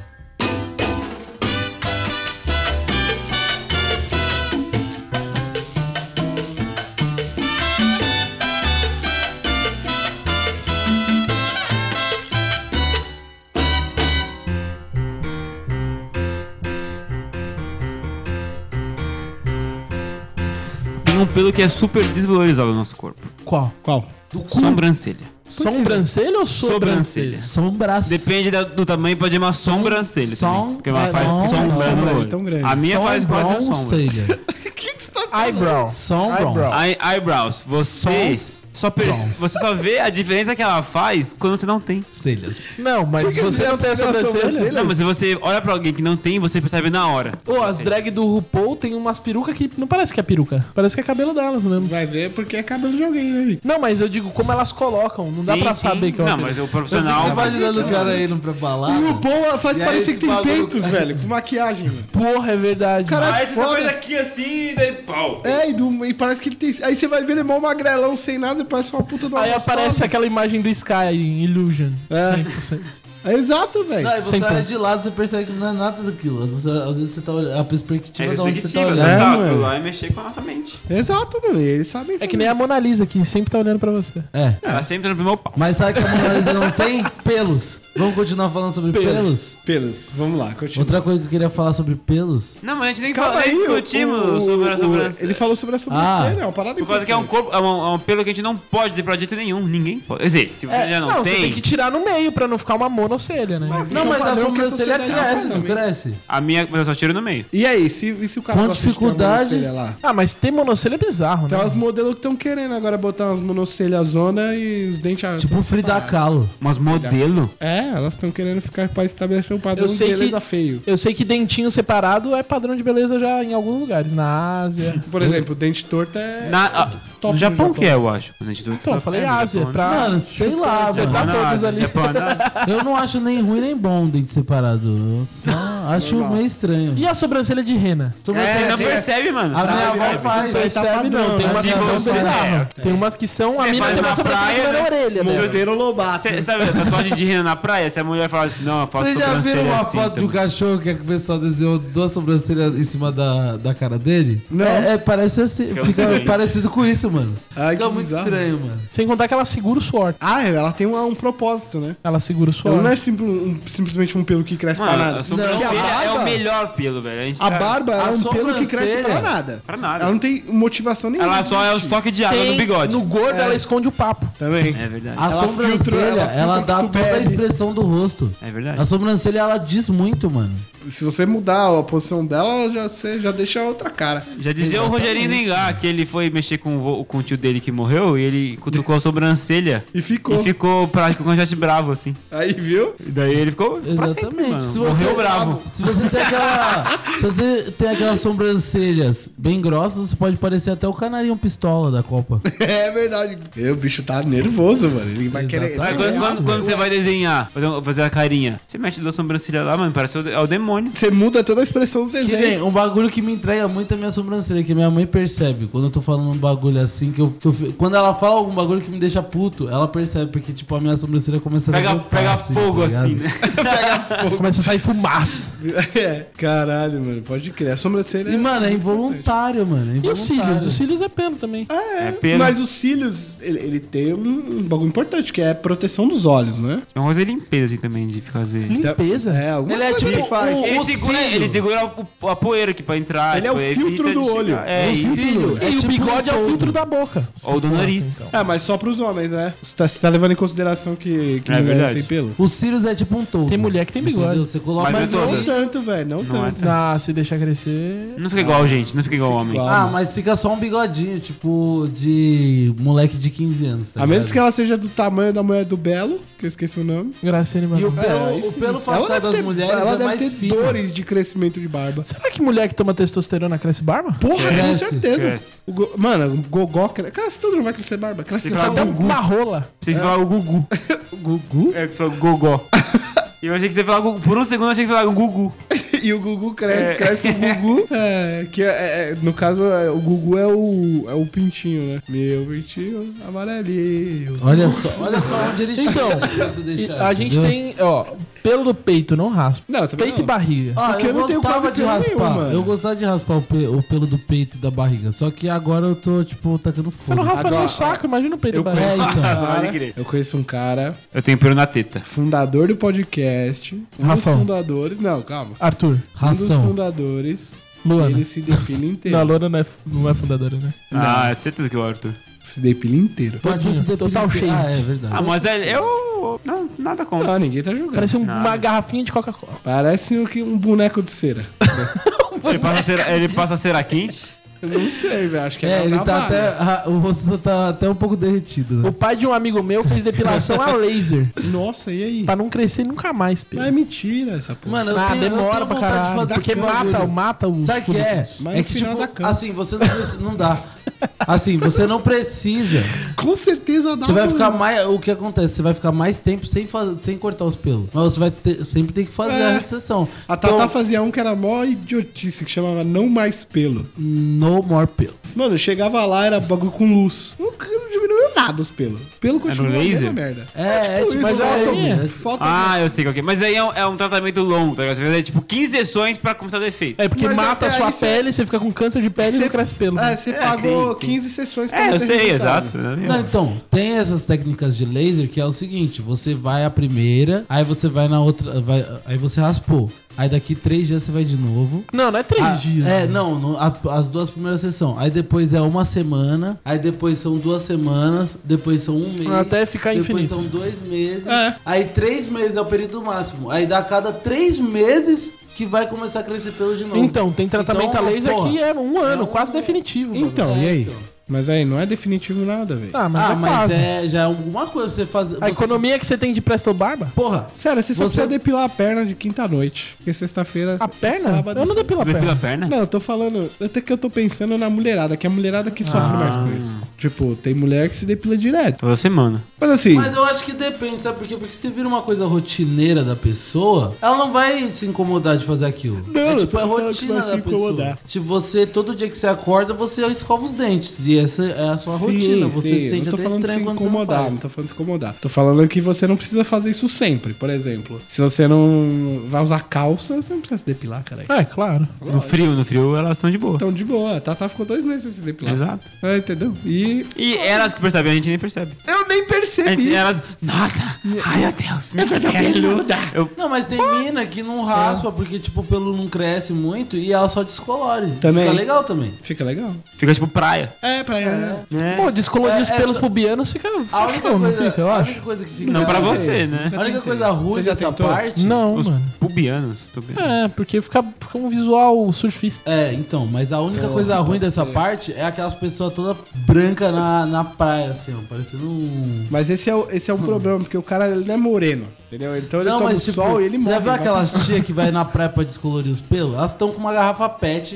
Tem um pelo que é super desvalorizado no nosso corpo. Qual? Qual? Sobrancelha. Sobrancelha ou sobrancelha? Sobrancelha. Sombras. Depende da- do tamanho, pode chamar sobrancelha Som- também. Porque ela é, faz não, sombra sombra no é olho. tão grande. A minha faz quase um sombra. Sobrancelha. Eyebrow. Sombra. Eyebrow. Eye- Eyebrows. Você Sons- só, per- Sons. você só vê a diferença que ela faz quando você não tem. Celhas. Não, mas que você você não tem a tem a sobrancelha. sobrancelha? Não, mas se você olha pra alguém que não tem, você percebe na hora. Pô, as drag do RuPaul tem umas perucas que não parece que é peruca. Parece que é cabelo delas mesmo. Vai ver porque é cabelo de alguém, né, Vic? Não, mas eu digo como elas colocam. Não dá Sim, pra sim. saber que é uma Não, peruca. mas o profissional... Fico imaginando o cara indo pra balada. O RuPaul faz E aí parecer esse que tem bagulho- peitos, velho, com maquiagem, mano. Porra, é verdade. Caralho, Ah, essa foda. coisa aqui assim, e daí pau. É, e, do- e parece que ele tem... Aí você vai ver ele é mó magrelão, sem nada, e parece uma puta do Aí aparece aquela imagem do Sky em Illusion. É. cem por cento. É exato, velho. Não, e você Sem olha ponto. de lado, você percebe que não é nada daquilo. Às vezes, às vezes você tá olhando a perspectiva É de onde você tá perspectiva, olhando. É, tá? mano. Aquilo lá e mexer com a nossa mente. Exato, mano. E eles sabem É que nem a Mona Lisa, que sempre tá olhando pra você. É. Ela sempre tá no primeiro pau. Mas sabe que a Mona Lisa não tem pelos? Vamos continuar falando sobre pelos? Pelos, vamos lá, continua. Outra coisa que eu queria falar sobre pelos. Não, mas a gente nem, Calma fala, nem aí, discutimos o- o- sobre a o- sobrancelha. Ele falou sobre a sobrancelha, é uma parada Por causa que é um importante. corpo, é um, é um pelo que a gente não pode ter pra jeito nenhum. Ninguém pode. Quer dizer, se você É, já não, não, tem, você tem que tirar no meio pra não ficar uma monocelha, né? Mas- Não, Isso é um mas a padrão que a sobrancelha sociedade cresce, faz não também. cresce? a minha, mas eu só tiro no meio. E aí, se, e se o cara Com gosta de ter uma dificuldade- monocelha lá? Ah, mas ter monocelha é bizarro, Tem né? umas modelos que estão querendo agora botar umas monocelhas zona e os dentes... Tipo o Frida Kahlo. Mas modelo? É, elas estão querendo ficar pra estabelecer um padrão Eu de sei que- beleza feio. Eu sei que dentinho separado é padrão de beleza já em alguns lugares, na Ásia. Por exemplo, dente torto é... Na, ah, top no no Japão Japão. que é, eu acho. A gente Então, eu falei é, no Ásia, Japão, pra... Mano, sei lá, Você mano. tá na todos Ásia, ali. Japão, na- Eu não acho nem ruim nem bom dente separado. Eu só acho meio estranho. E a sobrancelha de rena? É, Sobrancelha não de- percebe, mano. A Você minha não avó percebe. faz. Não percebe não, tem A umas que minha tão avó faz. bizarras. Tem umas que são... A Você mina faz tem uma na sobrancelha praia, que vai na né? orelha, né? Cruzeiro Lobato. Você sabe a tatuagem de rena na praia? Se a mulher fala assim, não, eu faço Vocês já sobrancelha viram uma assim, foto de um também. cachorro que, é que o pessoal desenhou duas sobrancelhas em cima da, da cara dele? Não. É, é, parece assim, Fica fica estranho. parecido com isso, mano. Ai, Fica que muito bizarro. estranho, mano. Sem contar que ela segura o suor. Ah, ela tem um, um propósito, né? Ela segura o suor. Ela não é simples- um- simplesmente um pelo que cresce pra Mano, nada. a sobrancelha Porque a é barba- o melhor pelo, velho. A, gente A tá- barba é A um pelo que cresce sobrancelha- pra nada. Pra nada. Ela não tem motivação nenhuma. Ela só é os toques de água Tem- no bigode. No gordo, ela esconde o papo. Também. É verdade. A Ela sobrancelha, filtra- ela ela, filtra dá o que tu toda a bebe. expressão do rosto. É verdade. A sobrancelha, ela diz muito, mano. Se você mudar a posição dela, ela já, você já deixa outra cara. Já dizia o Rogerinho Dengá que ele foi mexer com o, vô- com o tio dele que morreu e ele cutucou a sobrancelha E ficou. e ficou prático como se bravo, assim. Aí, viu? E daí ele ficou pra sempre, Exatamente. mano. Se Morreu você, bravo. Se você tem aquela. se você tem aquelas sobrancelhas bem grossas, você pode parecer até o canarinho pistola da Copa. É verdade. E o bicho tá nervoso, mano. Ele vai querer. Mas ele quando, vai- quando- quando você vai desenhar, fazer, um- fazer a carinha, você mete duas sobrancelhas lá, mano, parece o, é o demônio. Você muda toda a expressão do Que desenho. nem um bagulho que me entrega muito a minha sobrancelha, que minha mãe percebe. Quando eu tô falando um bagulho assim, que eu, que eu fi- quando ela fala algum bagulho que me deixa puto, ela percebe, porque tipo, a minha sobrancelha começa a Pega, levantar, pega assim, fogo tá ligado? assim, né? Começa a sair fumaça. É, caralho, mano. Pode crer. A sobrancelha. E, mano, é involuntário, mano. É E os cílios? involuntário. Os cílios é pelo também. É, É pelo. mas os cílios, ele, ele tem um, um bagulho importante, que é a proteção dos olhos, né? É uma coisa limpeza, assim, também, de fazer. Limpeza? É, alguma Ele é coisa tipo que faz. um- Ele o segura, cílio. ele segura o- a poeira aqui pra entrar. Ele é o tipo, filtro evita do de olho. chegar. É, O isso. cílio E é o tipo bigode é o um filtro da boca. Ou do Se for nariz. assim, então. É, mas só pros homens, né? Você tá, você tá levando em consideração que, que É mulher não verdade. tem pelo? Os cílios é tipo um todo. Tem mulher que tem bigode. Entendeu? Você coloca Mas Mas não é não todas. tanto, velho. Não, Não é tanto. Ah, se deixar crescer... Não fica igual gente, não fica igual homem. igual. Ah, mas fica só um bigodinho, tipo, de moleque de quinze anos, tá A menos ligado? que ela seja do tamanho da mulher do Belo, que eu esqueci o nome. Graciane E o Barra. pelo, aí o sim. pelo Ela facial deve das ter- mulheres ela é deve mais ter fino. dores de crescimento de barba. Será que mulher que toma testosterona cresce barba? Porra, com Cresce, certeza. cresce. O go- Mano, o gogó cresce. Cresce tudo, não vai crescer barba. Cresce Tem só que Dá o falar Gugu. uma rola. Vocês falaram o Gugu. O Gugu. É, que falou Gogó. E eu achei que você ia falar Gugu. Por um segundo eu achei que você ia falar o Gugu. E o Gugu cresce, É. cresce o Gugu. É, que é, é- no caso, é, o Gugu é o, é o pintinho, né? Meu pintinho amarelinho. Olha só, olha só onde ele Então, chega pra você E deixar, a gente entendeu? tem, ó, pelo do peito, não raspa. Não, também Peito não. e barriga. Ah, Porque eu eu não tenho gostava quase de pelo raspar. nenhum, mano. eu gostava de raspar o, pe- o pelo do peito e da barriga. Só que agora eu tô, tipo, tacando fogo. Você não raspa nem Agora, o saco, imagina o peito e eu a barriga. É, então. Pode crer. Eu conheço um cara, Eu tenho pelo na teta. fundador do podcast. Um Rafão. dos fundadores. Não, calma. Arthur, Um dos Ração. fundadores. Luana. Ele se depila inteiro. Não, a Luana não é, não é fundadora, né? Ah, é certeza que é o Arthur. Se depila inteiro. Pode se depila- total shade. Ah, é verdade. Ah, mas é, eu... Não, nada contra. Não, ninguém tá jogando. Parece um- Nada. uma garrafinha de Coca-Cola. Parece um, que- um boneco de cera. Ele passa a cera, ele passa a cera quente. Eu não sei, velho. Acho que é, É, ele na tá navalha. até. ah, O rosto tá até um pouco derretido, né? O pai de um amigo meu fez depilação a laser. Nossa, e aí? Pra não crescer nunca mais, Mas Pedro. é mentira essa porra. Mano, eu Ah, tenho, eu demora tenho pra vontade de caralho. fazer Porque esse mata, bagulho. mata o. Sabe o que é? Mas é no que, final tipo, dá câncer. assim, você não precisa. Não dá. Assim, você não precisa. Com certeza dá Você vai um- ficar mais. O que acontece? Você vai ficar mais tempo sem, fazer, sem cortar os pelos. Mas você vai ter- sempre ter que fazer É. a recessão. A Tatá Então, fazia um que era mó idiotice, que chamava Não Mais Pelo. no more pelo. Mano, eu chegava lá, era bagulho com luz. Não, não diminuiu nada. nada os pelos. O pelo continua no laser? a merda. É, é tipo, mas é, é, é, falta Ah, eu sei qual que é. Mas aí é um, é um tratamento longo, tá ligado? Você vai fazer tipo quinze sessões pra começar a dar efeito. É porque Mas mata a até sua aí você- pele, você fica com câncer de pele e Você- não cresce pelo. É, você É, pagou sim, sim. quinze sessões pra É, não eu ter sei, resultado. exato. Não, então, tem essas técnicas de laser que é o seguinte, você vai a primeira, aí você vai na outra, vai, aí você raspou. Aí daqui três dias você vai de novo. Não, não é três Ah, dias. É, né? não, no- a- as duas primeiras sessões. Aí depois é uma semana, aí depois são duas semanas, depois são um mês. Até ficar depois infinito. são dois meses. É. Aí três meses é o período máximo. Aí dá cada três meses que vai começar a crescer pelo de novo. Então, tem tratamento Então, a laser porra, que é um ano, é um- quase definitivo. mano. Então, É, e aí? então. Mas aí, não é definitivo nada, velho. Ah, mas ah, é mas quase. é, já é alguma coisa você fazer. A economia que você tem de Presto Barba? Porra, Sério, você só Você- precisa depilar a perna de quinta à noite. Porque sexta-feira... A perna? sábado, Eu não depilo a Você depila perna. a perna? Não, eu tô falando. Até que eu tô pensando na mulherada, que é a mulherada que sofre mais com isso. Tipo, tem mulher que se depila direto. Toda semana. Mas assim. mas eu acho que depende, sabe por quê? Porque se vira uma coisa rotineira da pessoa, ela não vai se incomodar de fazer aquilo. Não, é eu tipo, tô é falando que rotina vai da se pessoa. incomodar. Tipo, você, todo dia que você acorda, você escova os dentes. E essa é a sua rotina. Você se sente não tô até falando de se estranho quando você não incomodar, faz. não tô falando de se incomodar. Tô falando que você não precisa fazer isso sempre. Por exemplo, se você não vai usar calça, você não precisa se depilar, cara. É, claro. No frio, no frio elas estão de boa. Então, de boa. A Tata ficou dois meses sem se depilar. Exato. É, entendeu? E E elas que percebem, a gente nem percebe. eu nem A percebi. gente, elas, nossa, ai meu Deus, minha peluda. Eu, Não, mas tem mina que não raspa porque, tipo, o pelo não cresce muito e ela só descolore. Também. Fica legal também. Fica legal. fica tipo praia. É, pra é. Né? Pô, descolorir É, os é pelos só- pubianos fica. A fica, única não coisa, fica, eu a acho. única coisa que fica... Não pra você, né? A única coisa ruim Você já dessa tentou? parte... Não, Os mano. pubianos. pubianos. É, porque fica, fica um visual surfista. É, então, mas a única coisa ruim dessa parte é aquelas pessoas todas brancas na, na praia, assim, ó, parecendo um... Mas esse é, o, esse é um problema, porque o cara ele não é moreno, entendeu? Então ele toma o sol e ele você morre. já viu vai- aquelas tia que vai na praia pra descolorir os pelos? Elas estão com uma garrafa pet.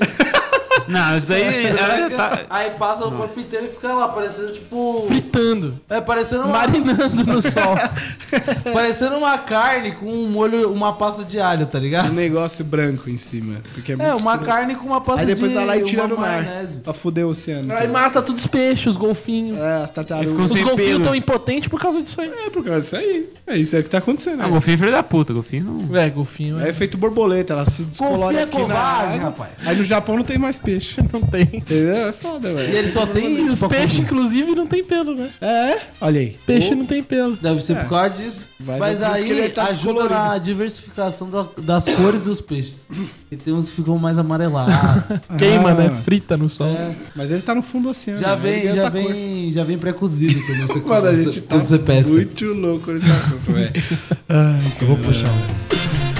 Não, isso daí ela já tá. Aí passa o corpo inteiro e fica lá, parecendo tipo... Fritando. É, parecendo uma... Marinando no sol. parecendo uma carne com um molho, uma pasta de alho, tá Um ligado? negócio branco em cima. Porque é, É, muito uma escuro. carne com uma pasta Aí depois de... vai lá e tira uma no mar. maionese. Pra fuder o oceano. Aí mata todos os peixes, os golfinhos. É, as tartarugas. ficam Os sem golfinhos pelo. estão impotentes por causa disso aí. É, por causa disso aí. É isso aí que tá acontecendo. Ah, né? golfinho é filho da puta, golfinho não. É, golfinho. É É. efeito borboleta, ela se descolore Golfinho é aqui na covarde, água. rapaz. Aí no Japão não tem mais peixe. Não tem. Entendeu? É foda, E velho. ele só tem E isso os pra peixes, comer. inclusive, não tem pelo, né? É, olha aí. Peixe Ô, não tem pelo. Deve ser por causa disso. Vai Mas ver por isso que aí ele tá ajuda descolorido. na diversificação da- das cores dos peixes. E tem uns que ficam mais amarelados. Queima, Ah. né? Frita no sol. É. Mas ele tá no fundo do oceano. Já né? vem, Ele ganha já outra cor. vem, já vem pré-cozido quando você, Mano, a quando gente você, tá quando você pesca. muito louco nesse assunto, velho. Eu vou puxar um.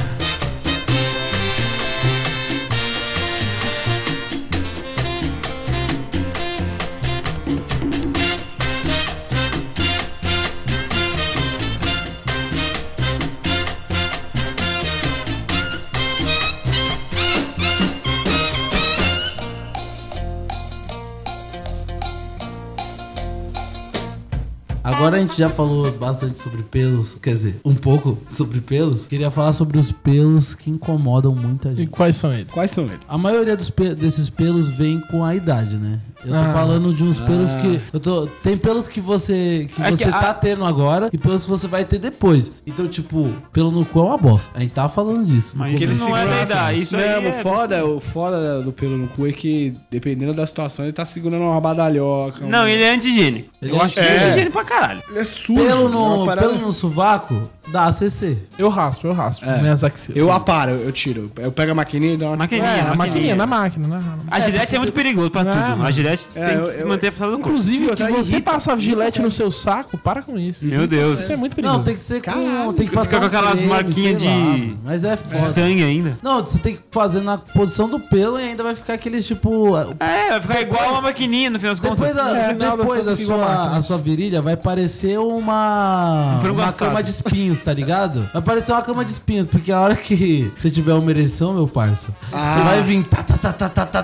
Agora a gente já falou bastante sobre pelos, quer dizer, um pouco sobre pelos. Queria falar sobre os pelos que incomodam muita E gente. quais são eles? Quais são eles? A maioria dos pe- desses pelos vem com a idade, né? Eu tô Ah. falando de uns pelos que. Eu tô, tem pelos que você que É que você a- tá tendo agora e pelos que você vai ter depois. Então, tipo, pelo no cu é uma bosta. A gente tava falando disso. no Mas começo. ele não é Segurança. verdade. Isso aí Não, é o foda, o foda do pelo no cu é que, dependendo da situação, ele tá segurando uma badalhoca. um- Não, ele é anti-higiênico. Ele Eu é acho que ele é anti-higiênico. anti-higiênico pra caralho. Ele é sujo. Pelo é uma no, parada- pelo no sovaco dá A C C. Eu raspo, eu raspo. É. Minhas axilas. Eu aparo, eu tiro. Eu pego a maquininha e dou uma... Maquininha, É, a maquininha. maquininha, na máquina, né? A gilete é muito perigoso pra Não, tudo. mano. A gilete É, tem eu- que se eu- manter afastada do corpo. Inclusive, que Tá você irrita. passa gilete no seu saco, para com isso. Meu Deus. Isso é muito perigoso. Não, tem que ser com. Caralho. Tem que Fica passar com um aquelas creme, marquinhas sei lá, de- mano. Mas é foda. Sangue ainda. Não, você tem que fazer na posição do pelo e ainda vai ficar aqueles tipo. É, vai ficar igual uma maquininha no final das contas. Depois, a, É, no final das depois a, contas fica uma sua, máquina. a sua virilha vai parecer uma. Um frango uma assado. cama de espinhos, tá ligado? Vai parecer uma cama de espinhos, porque a hora que você tiver uma ereção, meu parça, Ah. você vai vir tá, tá, tá, tá, tá, tá, tá, tá.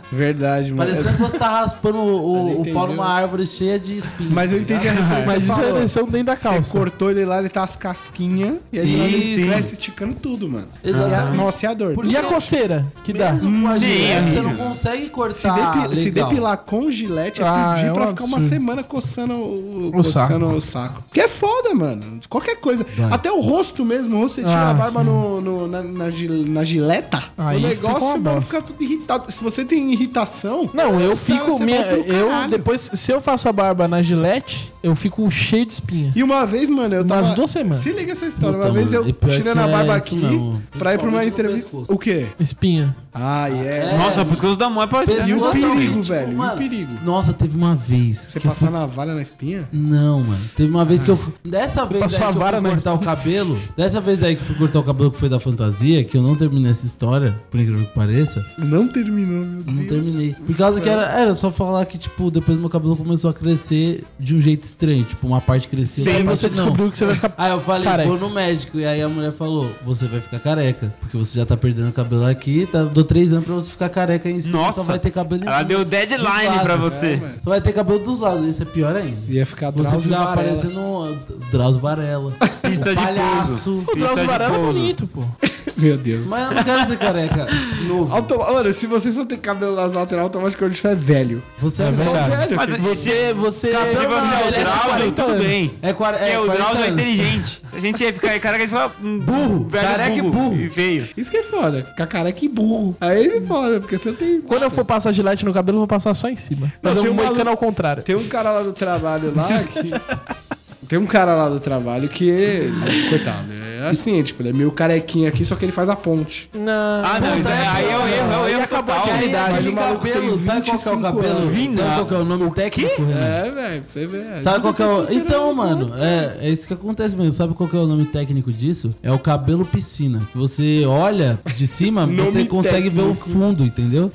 Verdade, mano. Parecendo que você tá raspando o, Eu o, o entendi, pau numa né? árvore cheia de espinhos. Mas eu tá ligado? entendi a referência. Mas que isso você é falou. eleição dentro da Você calça. cortou ele lá, ele tá as casquinhas. E aí Sim, ele sim. vai se esticando tudo, mano. Exatamente. E a- Nossa, e a dor? Porque E a coceira que dá? Mesmo com a Sim, gilete, você amigo. não consegue Se, cortar depi- se legal. depilar com gilete, é Ah, pedir é um pra ficar uma absurdo. semana coçando o, O coçando o saco. Porque é foda, mano. Qualquer coisa. Dói. Até o rosto mesmo, o rosto, você tira Ah, a barba sim. no, no- na, na, gil- na gileta, Aí o fica uma negócio, mano, bosta. fica tudo irritado. Se você tem irritação... Não, eu cara, fico. você Minha, vai pro eu, caralho. depois, se eu faço a barba na Gillette, eu fico cheio de espinha. E uma vez, mano, eu tava... Umas duas semanas. Se liga essa história. Puta, uma vez mano, eu e pior tirando que a barba é aqui isso mesmo. pra ir pra uma Principalmente no entrevista... pescoço. O quê? Espinha. Ah, é. É. Nossa, por isso que eu uso da mão é pra... Pescoço E o é perigo, horrível, velho, e o mano. perigo? Nossa, teve uma vez. Você que eu passar fui- navalha na espinha? Não, mano. Teve uma vez que eu fui. Dessa vez aí passou a que eu vara fui na cortar o cabelo. Dessa vez aí que eu fui cortar o cabelo que foi da fantasia, que eu não terminei essa história, por incrível que pareça. Não terminou, meu Deus. Não terminei. Por causa que era, era só falar que, tipo, depois meu cabelo começou a crescer de um jeito estranho. Tipo, uma parte cresceu. Aí outra você parte não. descobriu que você vai ficar. Aí eu falei, Careca. vou no médico. E aí a mulher falou, você vai ficar careca. Porque você já tá perdendo cabelo aqui. Tá, dou três anos pra você ficar careca em cima. Nossa, Só vai ter cabelo em ela tudo. deu Dos deadline lados. pra você. É, mano. Só vai ter cabelo dos lados. Isso é pior ainda. Ia ficar Você Drauzio fica Varela. parecendo um Drauzio Varela. Pista O de palhaço. pouso. O Pista Drauzio de Varela é pouso. bonito, pô. Meu Deus. Mas eu não quero ser careca novo. Auto... Mano, se você só tem cabelo nas laterais, automaticamente você é velho. Você é, É Você é verdade. velho. Mas filho. Você, você. Cabelo se você é o envelhece Drauzio, quarenta tudo anos. bem. É, quar- É, é o quarenta Drauzio é anos. inteligente. A gente ia ficar cara que a gente fala um burro, velho Careca e burro. e feio. Isso que é foda. Ficar careca e burro. Aí é foda, porque você tem... Quando eu for passar Gillette no cabelo, eu vou passar só em cima. Fazer tem um uma- moicano ao contrário. Tem um cara lá do trabalho lá que... Tem um cara lá do trabalho que... ele- Coitado. É assim, tipo, ele é meio carequinho aqui, só que ele faz a ponte. Não. Ah, não, isso é, aí é o erro, é o Aí erro acabou a total. Aí, qualidade. Mas aquele o maluco tem cabelo, sabe qual que é o vinte e cinco cabelo? anos. Sabe qual que é o nome técnico, Renan? É, velho, pra você ver. Sabe qual que é o... Então, mano, é, é isso que acontece mesmo. Sabe qual que é o nome técnico disso? É o cabelo piscina. Que você olha de cima, você Nome consegue ver o técnico. fundo, entendeu?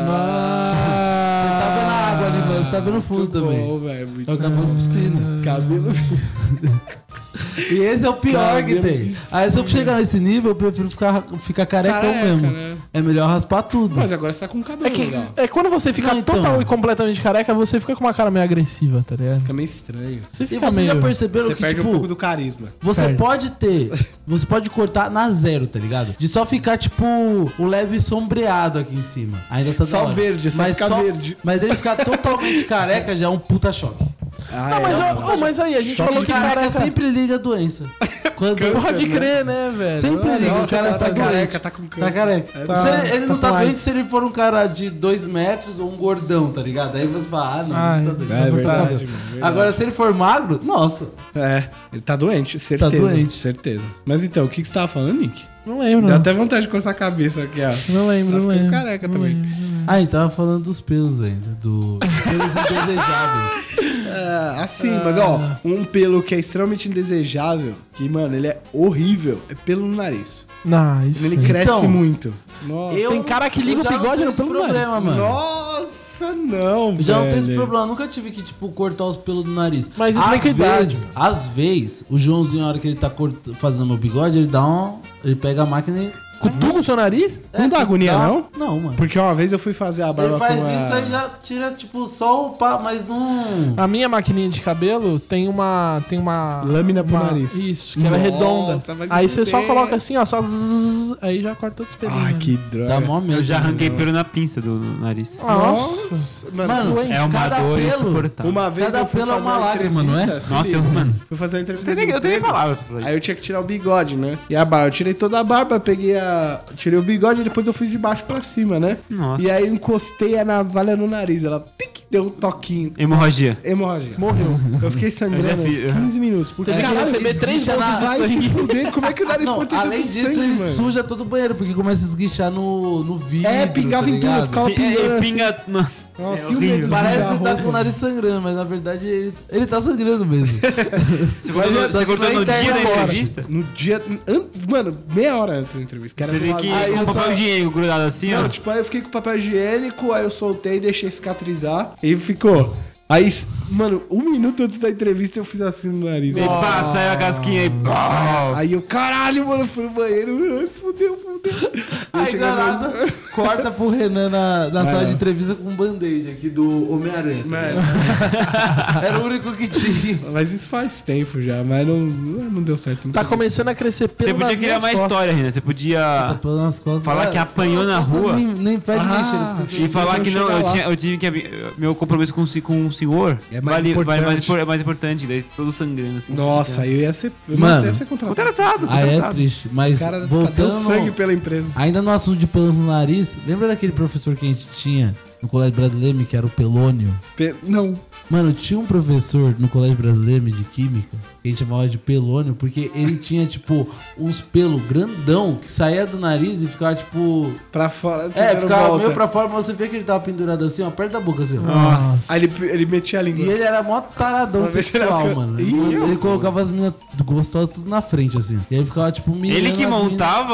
Ah, Você tá vendo a água ali, mas você tá vendo o fundo também. Bom, velho, muito É o cabelo piscina. cabelo... E esse é o pior que Cabelo tem. Aí se eu chegar nesse nível, eu prefiro ficar, ficar carecão Careca, mesmo. né? É melhor raspar tudo. Mas agora você tá com cabelo É que legal. é quando você fica Não, então. total e completamente careca, você fica com uma cara meio agressiva, tá ligado? Fica meio estranho. Você E fica vocês meio. já perceberam Você que, perde tipo, um pouco do carisma. você Perde. pode ter. Você pode cortar na zero, tá ligado? De só ficar, tipo, o leve sombreado aqui em cima. Ainda tá Só da hora. verde, só fica verde. Mas ele ficar totalmente careca já é um puta choque. Ah, Não, mas, é, ó, ó, mas aí, a gente Choque falou de que careca careca. sempre liga a doença. Quando Pode né? crer, né, velho? Sempre liga, Nossa, o cara tá tá, careca, doente. tá com Tá câncer. careca. É, Se tá- ele, ele não tá tá com doente AIDS. se ele for um cara de dois metros ou um gordão, tá ligado? Aí você fala, ah, não, Ah, não tá doente. é só cortou o verdade, cabelo. mano, verdade. Agora, se ele for magro, nossa. É, ele tá doente, certeza. doente. Certeza. Mas então, o que, que você tava falando, Nick? Não lembro, Deu não. até vontade de coçar a cabeça aqui, ó. Não lembro, Tá não ficando lembro. careca Não também. lembro. Ah, a gente tava falando dos pelos ainda, do pelos indesejáveis. É, assim, mas ó, um pelo que é extremamente indesejável, que, mano, ele é horrível, é pelo no nariz. Não, isso Ele sim. cresce Então, muito. Nossa. Eu- Tem cara que liga eu o já não bigode tenho no esse pelo do problema, mano. Nossa, não, Eu já não tenho esse velho. problema, eu nunca tive que, tipo, cortar os pelos do nariz. Mas isso às vem com a idade. vezes, às vezes, o Joãozinho, na hora que ele tá cort... fazendo meu bigode, ele dá um. Ele pega a máquina e. Cutuca o seu nariz? Não dá agonia, dá- não? Não, mano. Porque uma vez eu fui fazer a barba Ele faz com a... isso aí já tira, tipo, só o pá, mas não. A minha maquininha de cabelo tem uma. Tem uma. Lâmina pro uma- nariz. Isso, que ela é Nossa, redonda. vai se Aí você só fuder. coloca assim, ó, só zzz, aí já corta todos os pelinhos. Ai, né? que droga. Dá mó medo. Eu já né? arranquei pelo na pinça do nariz. Nossa. Mano, Mano, doente. É uma cada dor pelo- insuportável. uma vez Cada eu fui pelo é fazer uma lágrima, não é? entrevista, se Nossa, liga. eu, mano. Fui fazer a entrevista Eu tenho, de eu tenho emprego. palavra pra falar Aí isso. eu tinha que tirar o bigode, né? E a barba, eu tirei toda a barba, peguei a... Tirei o bigode e depois eu fui de baixo pra cima, né? Nossa. E aí eu encostei a navalha no nariz, ela tic, deu um toquinho. Hemorragia. Hemorragia. Morreu. Eu fiquei sangrando Eu já fiz, aham. quinze minutos. Porque, Teve que caralho, receber esguicha três na- bolsas de vai se sangue. fuder, como é que o nariz Não, pode ter além tanto disso, sangue, ele mano? suja todo o banheiro, porque começa a esguichar no, no vidro. É, pingava tá em tudo, eu ligado? ficava É, pingando é, assim. pinga. Mano. Nossa, É e o medo horrível. de Parece sujar a que tá roupa? com o nariz sangrando, mas na verdade ele, ele tá sangrando mesmo. Você cortou, Mas você é- cortou não no é dia da interna agora. entrevista? No dia... an- Mano, meia hora antes da entrevista. Que era Teve do que lado- ir Aí com eu papel só- higiênico grudado assim, ó. Não, tipo, aí eu fiquei com papel higiênico, aí eu soltei, deixei cicatrizar e ficou. Aí, mano, um minuto antes da entrevista eu fiz assim no nariz. E pá, saiu a casquinha aí. pá. Aí eu, caralho, mano, eu fui no banheiro. Ai, fudeu. fudeu, fudeu. Aí do nada, corta pro Renan na, na sala de entrevista com um band-aid aqui do Homem-Aranha. Mano, Era o único que tinha. mas isso faz tempo já, mas não, não deu certo. Não Tá deu começando a crescer pelo Você podia nas criar minhas uma costas. história, Renan. Você Tá podia pelas costas. falar que apanhou na rua. Nem, nem pede Ah, nem cheiro. e falar que não, chegar eu, lá. tinha, eu tive que abrir. Meu compromisso com, o se- com o senhor É mais vale, vale mais, importante. impor- é mais importante. Daí todo sangrando assim. Nossa, aí ia ser. Mano, ia ser contratado. Contratado, Ah, é contratado. triste. O Mas cara deu voltando... sangue pela empresa. Ainda no assunto de pelo no nariz, lembra daquele professor que a gente tinha no Colégio Brasileiro, que era o Pelônio? Pe- Não. Mano, tinha um professor no Colégio Brasileiro de Química que a gente chamava de Pelônio, porque ele tinha, tipo, uns pelos grandão que saía do nariz e ficava, tipo... Pra fora. É, dando ficava volta. meio pra fora, mas você vê que ele tava pendurado assim, ó, perto da boca, assim, ó. Nossa. Aí ele, ele metia a língua. E ele era mó taradão Pra ver se ele sexual, era- mano. Ih, Ele, ele eu- colocava as meninas gostosas tudo na frente, assim. E ele ficava, tipo, mirando Ele que as meninas. montava.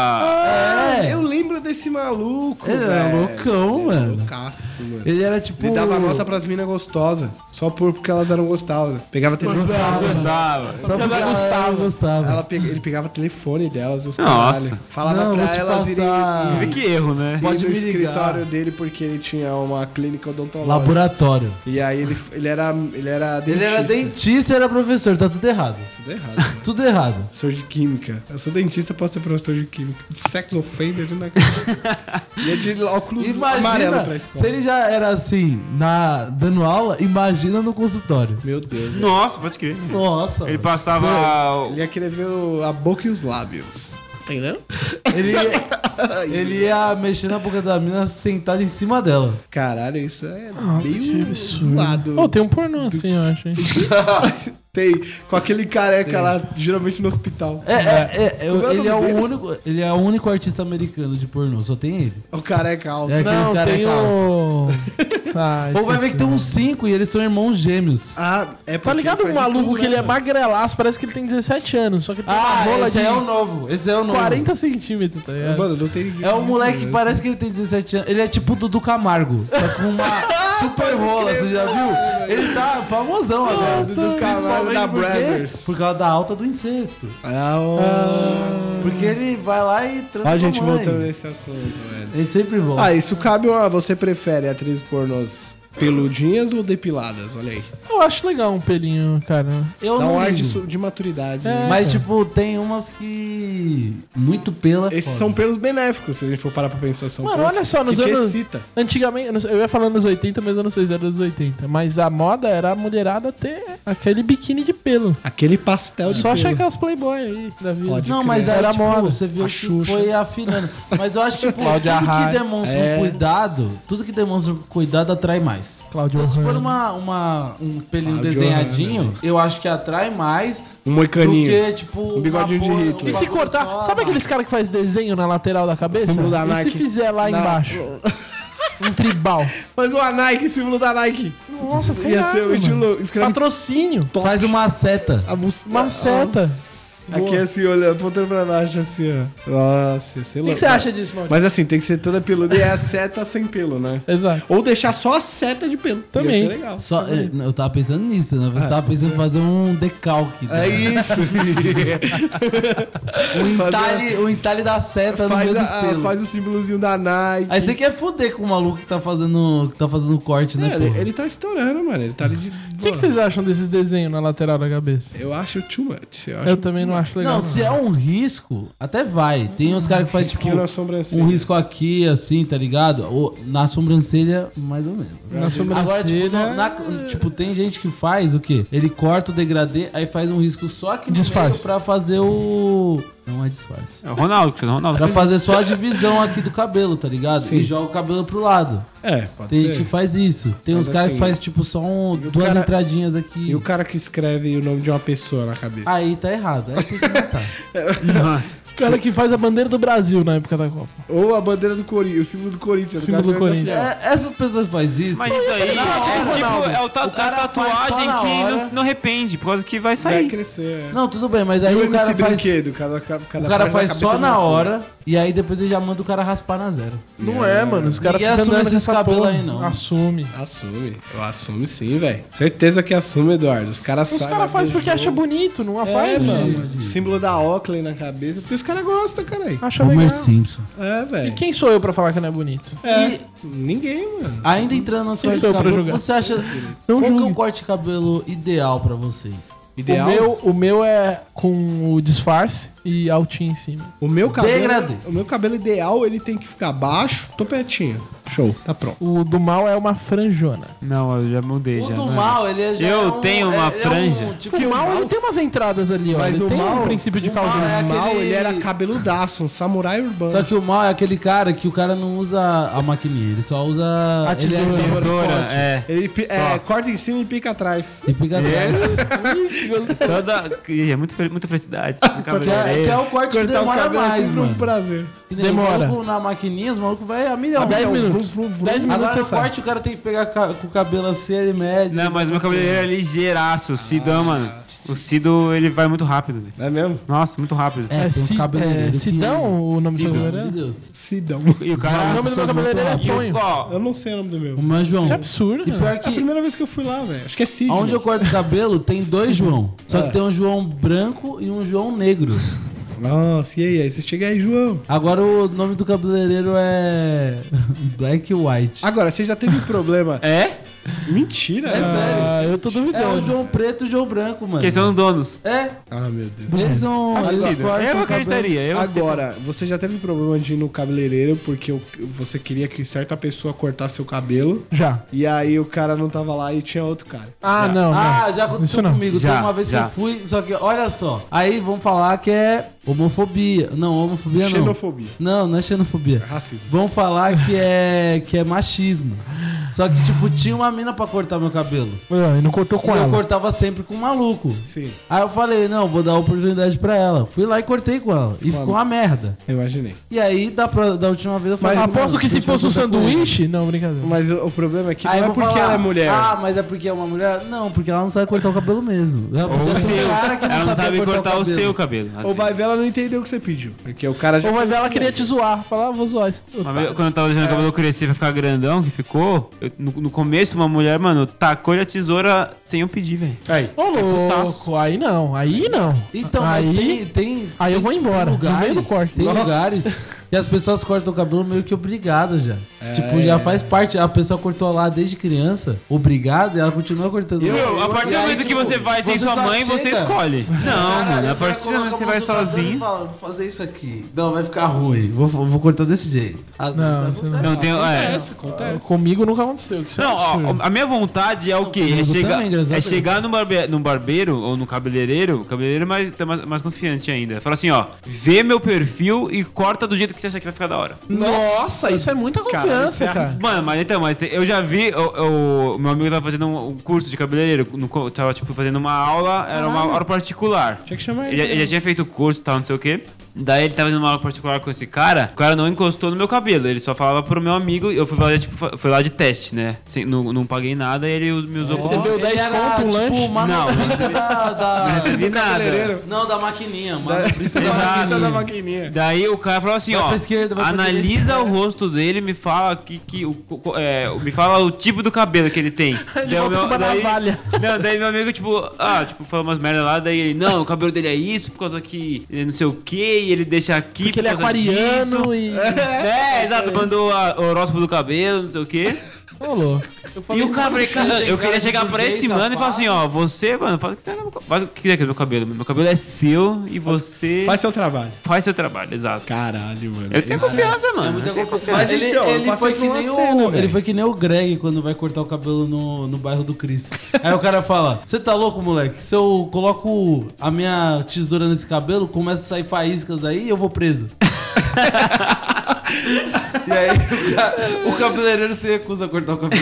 Ah, É. eu lembro desse maluco. Ele era velho. loucão, Ele mano. era loucaço, mano. Ele era, tipo... Ele dava nota pras minas gostosas. Só por, porque elas eram gostosas. Pegava telefone. Gostava. Só porque ela gostava. gostava. Ela pe- ele pegava telefone delas. Os Nossa. caralho. Falava Não, vou pra te elas passar. irem, Vê que erro, né? irem Pode no me ligar. escritório dele porque ele tinha uma clínica odontológica. Laboratório. E aí ele, ele era ele era Ele era dentista. dentista e era professor, tá tudo errado. Tudo errado. Mano. Tudo errado. Professor de química. Eu sou dentista, posso ser professor de química. Sex offender, né? E é de óculos amarelo Imagina, pra escola. se ele já era assim, na, dando aula, imagina no consultório. Meu Deus. Nossa, pode crer. Nossa. Ele mano. passava. Ele ia querer ver o- a boca e os lábios. Entendeu? Ele ia, ele ia mexer na boca da menina sentado em cima dela. Caralho, isso é Nossa, que meio absurdo. zoado. Oh, tem um pornô assim, eu acho. hein? Tem, com aquele careca lá, geralmente no hospital. É, é, é, eu- Como é o ele, é nome o dele? único, ele é o único artista americano de pornô, só tem ele. O careca alto. É aquele Não, cara tem é calmo. o... Ah, Ou vai ver que tem esqueci. uns cinco e eles são irmãos gêmeos. Ah, é Tá ligado porque o faz de maluco tudo, que ele é né, magrelaço, parece que ele tem dezessete anos, só que ele tem uma Ah, rola esse de é o novo. Esse é o novo. quarenta centímetros, tá mano? ligado? Mano, não tem ninguém. É um isso, moleque que né? parece que ele tem dezessete anos. Ele é tipo o Dudu Camargo. Só com uma super rola, você já viu? Ele tá famosão agora. Dudu Camargo da por quê? Brazzers. Por causa da alta do incesto. Ah, ó. Porque ele vai lá e transa Ó, a com gente a mãe. voltando nesse assunto, velho. A gente sempre volta. Ah, isso cabe a... Você prefere atrizes pornôs peludinhas ou depiladas? Olha aí. Eu acho legal um pelinho, cara. eu Dá não um ar de, ligo. su- de maturidade. É. né? Mas, tipo, tem umas que... Muito pela. Esses são pelos benéficos, se a gente for parar pra pensar. São Mano, pelos olha só, nos que te anos- excita. Antigamente, eu não sei, eu ia falando nos oitenta, mas eu não sei se era dos oitenta. Mas a moda era a mulherada ter aquele biquíni de pelo. Aquele pastel de Só pelo. achar aquelas playboy aí da vida. Pode Não, crer. mas aí, Era tipo, moda. você viu A que Xuxa. foi afinando. Mas eu acho, tipo, Cláudia tudo Raia. que demonstra É. um cuidado, tudo que demonstra um cuidado atrai mais. Cláudio Então, se for Hanna. uma, uma, um pelinho Cláudio desenhadinho, Hanna, eu acho que atrai mais Um do moicaninho. que, tipo, Um bigodinho de uma boa- Hitler. E se bagulho cortar, só- sabe aqueles caras que faz desenho na lateral da cabeça? Símbolo da e Nike. se fizer lá Na- embaixo? Um tribal. Mas o Nike, símbolo da Nike. Nossa, foi Ia ser o mano. estilo. Escreve Patrocínio. Faz uma seta. a bus- Uma seta. Nossa. Aqui assim, olhando, apontando pra baixo, assim, ó. Nossa, sei O lá. que, que você acha disso, Maurício? Mas assim, tem que ser toda peluda e é a seta sem pelo, né? Exato. Ou deixar só a seta de pelo. Também. Ia ser legal. Só, é, eu tava pensando nisso, né? Você tava pensando em fazer um decalque. É né? isso. Um Fazer- entalhe, um entalhe da seta no faz, meio dos a- pelos. faz o símbolozinho da Nike. Aí você quer fuder com o maluco que tá fazendo, que tá fazendo corte, né, É, ele, porra? ele tá estourando, mano. Ele tá ali de. O que, que vocês acham desses desenhos na lateral da cabeça? Eu acho too much. Eu, acho Eu também não acho legal. Não, se é um risco, até vai. Tem uns caras que faz tipo risquinho na sobrancelha. um risco aqui, assim, tá ligado? Ou na sobrancelha, mais ou menos. Na sobrancelha. Agora, tipo, no- na- tipo, tem gente que faz o quê? Ele corta o degradê, aí faz um risco só aqui no Disfarce. meio pra fazer o... Não é disfarce. É o Ronaldo, Cristiano Ronaldo. Pra fazer só a divisão aqui do cabelo, tá ligado? Sim. E joga o cabelo pro lado. É, pode Tem ser. gente que faz isso. Tem Mas uns caras assim, que faz tipo só um, e o duas cara- entradinhas aqui. E o cara que escreve o nome de uma pessoa na cabeça? Aí tá errado. Aí tem que matar. Nossa. O cara que faz a bandeira do Brasil na época da Copa. Ou a bandeira do Corinthians, o símbolo do Corinthians. Símbolo do cara que vai Corinthians. desafiar. É, essas pessoas fazem isso. Mas isso aí é, Na hora, tipo, Ronaldo. é o ta- O cara a faz só tatuagem na que hora. não, não arrepende, por causa que vai Vai sair. crescer. é. Não, tudo bem, mas aí E o cara esse faz. brinquedo, cada, cada, cada O cara parte faz da só cabeça na de uma hora e aí depois ele já manda o cara raspar na zero. Não é, mano. Os caras Ninguém ficam assume andando com esses essa cabelos porra. aí, não. Assume. cor. Assume. Eu assume sim, velho. Certeza que assume, Eduardo. Os caras Os saem caras lá fazem porque beijou. acha bonito, não a É, faz, mano. mano. Símbolo da Oakley na cabeça. Por isso caras gostam, caralho. Acha Homer legal. Simpson. É, E velho. quem sou eu pra falar que não é bonito? É. E Ninguém, mano. ainda entrando no Quem corte sou de eu pra cabelo, julgar? você acha... Não qual que é julgue. o corte de cabelo ideal pra vocês? Ideal. O meu, o meu é com o disfarce e altinho em cima. O meu cabelo, Degradê. o meu cabelo ideal, ele tem que ficar baixo, topetinho. Show, tá pronto. O do mal é uma franjona. Não, eu já mudei O já. do não é. mal, ele já Eu é um, tenho uma ele franja. É um, tipo, o mal, ele tem umas entradas ali, ó. Mas ele o tem mal- um princípio de o mal calvície. é O mal, aquele- ele era cabeludaço, um samurai urbano. Só que o mal é aquele cara que o cara não usa a maquininha, ele só usa... A ele é tesoura. Tesoura, Corte. é. Ele pi- é, corta em cima e pica atrás. E fica atrás. Toda... É muito, fe- muita felicidade. No Que é, cabeleireiro. que é o corte que Cortar o demora cabelo é mais, sempre um mano. prazer. Que nem Demora. O maluco na maquininha, os malucos vai a milhão. A dez Então, minutos. vrum, vrum, vrum. dez minutos Agora você no sabe. corte o cara tem que pegar ca- com o cabelo assim, ele mede. Não, mas o meu cabeleireiro é ligeiraço. O Cido, mano. O Cido, ele vai muito rápido. velho. Não é mesmo? Nossa, muito rápido. É, É, tem uns Ci- cabeleireiros é que- Sidão o nome do seu Pelo amor de cabeleireiro? Deus. Sidão. E o O cara... nome do meu cabeleireiro é E o- Tonho. ó, Eu não sei o nome do meu. O meu é João. Que absurdo, E né? pior É a que primeira vez que eu fui lá, velho. Acho que é Cid. onde eu corto o cabelo tem dois João. Só É. que tem um João branco e um João negro. Nossa, e aí? Aí você chega aí, João. Agora o nome do cabeleireiro é Black White. Agora, você já teve problema? É? Mentira. É sério. Ah, eu tô É o duvidando. João preto e o João branco, mano. Quem são os donos? É, Ah, meu Deus. eles são. Faz eles sentido. cortam Eu o acreditaria. Eu Agora, você já teve problema de ir no cabeleireiro porque o- você queria que certa pessoa cortasse seu cabelo Já. e aí o cara não tava lá e tinha outro cara? Ah, não, não. Ah, já aconteceu Isso não. comigo. Já, Tem uma vez já. que eu fui, só que olha só. Aí vamos falar que é homofobia. Não, homofobia não. Xenofobia. Não, não é xenofobia. Racismo. Vamos falar que é que é machismo. Só que tipo tinha uma mina pra cortar meu cabelo. Ah, e não cortou com E eu ela. cortava sempre com um maluco. Sim, Aí eu falei, não, vou dar a oportunidade pra ela. Fui lá e cortei com ela. E ficou uma merda. eu imaginei. E aí, da, pro- da última vez eu falei, Mas, Aposto mano, que se deixa eu fosse um fazer coisa. sanduíche... Não, brincadeira. Mas o, o problema é que Aí não eu é vou porque falar, ela é mulher. Ah, mas é porque é uma mulher? Não, porque ela não sabe cortar o cabelo mesmo. Ela Ou podia o ser um seu. cara que Ela não sabia sabe cortar o cabelo. seu cabelo. às Ou vezes. vai ver, ela não entendeu o que você pediu. Porque o cara já. Ou vai ver, ela queria te zoar. Falar, ah, vou zoar esse Uma vez, quando eu tava deixando o cabelo crescer pra ficar grandão, que ficou, eu- no, no começo uma mulher, mano, tacou a tesoura sem eu pedir, velho. Aí. Ô, louco, aí não, aí não. Então, mas aí, tem, tem. aí eu tem- vou embora, Tem no meio lugares, do corte. tem Nossa. lugares que as pessoas cortam o cabelo meio que obrigadas já. É. Tipo, já faz parte. A pessoa cortou lá desde criança, obrigada, e ela continua cortando. Meu, a partir E do aí, momento que tipo, você vai sem você sua só mãe, você chega- escolhe. Não, Caralho, mano, a o cara partir do momento que você coloca a vai mão no cabelo e sozinho. fala, vou fazer isso aqui. Não, vai ficar ruim. Vou, vou cortar desse jeito. Às Não, vezes isso acontece. Não, tem. É. Acontece, acontece. Comigo nunca aconteceu. que isso é Não, ó, absurdo. a minha vontade é o quê? É comigo chegar, também, graças a é Deus. chegar no, barbe, no barbeiro ou no cabeleireiro, o cabeleireiro é mais, tá mais, mais confiante ainda. Fala assim, ó, vê meu perfil e corta do jeito que você acha que vai ficar da hora. Nossa, isso é muita Cara, confiança, isso é cara. Mano, mas então, mas tem- eu já vi, o, o- o meu amigo tava fazendo um, um curso de cabeleireiro, no, co- tava tipo fazendo uma aula, era uma aula particular. Tinha que chamar Ele, ele. ele já tinha feito o curso e tal, não sei o quê. Daí ele tava fazendo uma aula particular com esse cara, o cara não encostou no meu cabelo, ele só falava pro meu amigo, eu fui lá, tipo, foi lá de teste, né? Sem, não, não paguei nada e ele me usou como... Recebeu Ele dez era, conto, um tipo, lanche? manobrista da, da... Não recebi nada. cabeleireiro. Não, da maquininha. Manobrista da Exato. Tá maquininha. da maquininha. Daí o cara falou assim, Vai ó, pra esquerda, vai pra analisa direita. o rosto dele, me fala que, que o, co- é, me fala o tipo do cabelo que ele tem. Daí, o volta com uma daí, navalha. não, daí meu amigo, tipo, ah, tipo, falou umas merda lá, daí ele, não, o cabelo dele é isso, por causa que ele não sei o que, e ele deixa aqui Porque ele é por causa aquariano disso. e... É, exato, mandou a- o horóscopo do cabelo, não sei o que. Ô, louco. E o cara, falei, cara, eu queria chegar pra burguês, esse mano e falar assim, ó, você, mano, faz o que quiser no meu- faz o que quiser com o meu cabelo, meu cabelo é seu e você Faz seu trabalho. faz seu trabalho, exato. Caralho, mano. Eu tenho confiança, mano. É muita Eu tenho confiança. Mas ele, então, eu ele, passei foi por que uma nem cena, o, velho. ele foi que nem o Greg quando vai cortar o cabelo no, no bairro do Cris. Aí o cara fala: você tá louco, moleque? Se eu coloco a minha tesoura nesse cabelo, começa a sair faíscas aí e eu vou preso. E aí o, ca- o cabeleireiro se recusa a cortar o cabelo.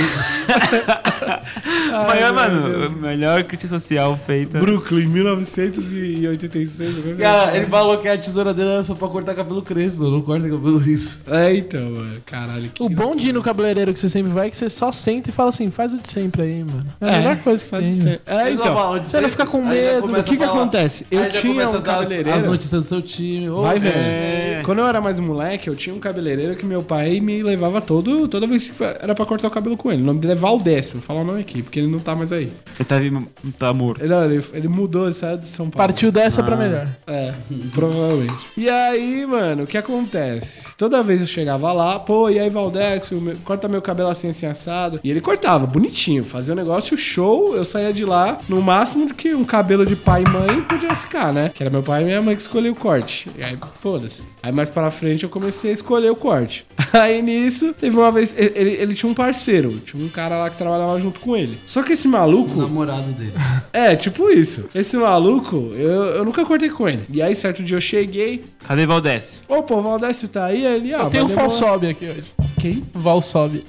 Mas, mano, melhor crítica social feita. Brooklyn, mil novecentos e oitenta e seis. alguma coisa Cara, assim. ele falou que a tesoura dele era só pra cortar cabelo crespo, eu não corto cabelo liso. É, então, mano. Caralho. Que O bom de ir no cabeleireiro que você sempre vai é que você só senta e fala assim, faz o de sempre aí, mano. É a É, melhor coisa que faz tem. de velho. É, Eles vão então. falar onde você não sempre- fica com aí já medo. começa O que a que falar. acontece? Eu Aí já tinha começa um a dar as- cabeleireiro. As notícias do seu time. Ô, Vai, velho. velho. É. Quando eu era mais moleque, eu tinha um cabeleireiro cabeleireiro que meu pai me levava todo, toda vez que era pra cortar o cabelo com ele. O nome dele é Valdécio, vou falar o nome aqui, porque ele não tá mais aí. Ele tá, vivo, tá morto. Não, ele, ele mudou, ele saiu de São Paulo. Partiu dessa pra melhor. É, provavelmente. E aí, mano, o que acontece? Toda vez eu chegava lá, pô, e aí, Valdécio, meu- corta meu cabelo assim, assim, assado. E ele cortava, bonitinho, fazia um negócio show, eu saía de lá, no máximo do que um cabelo de pai e mãe podia ficar, né? Que era meu pai e minha mãe que escolheu o corte. E aí, foda-se. Aí mais pra frente eu comecei a escolher o corte. Aí nisso, teve uma vez, ele, ele, ele tinha um parceiro, tinha um cara lá que trabalhava junto com ele. Só que esse O maluco... namorado dele. É, tipo isso. Esse maluco, eu, eu nunca cortei com ele. E aí, certo dia eu cheguei. Cadê Valdécio? Ô, pô, o Valdécio tá aí? Ele, Só ah, tem vai o demorar. Valsobe aqui hoje. Quem? Valsobe.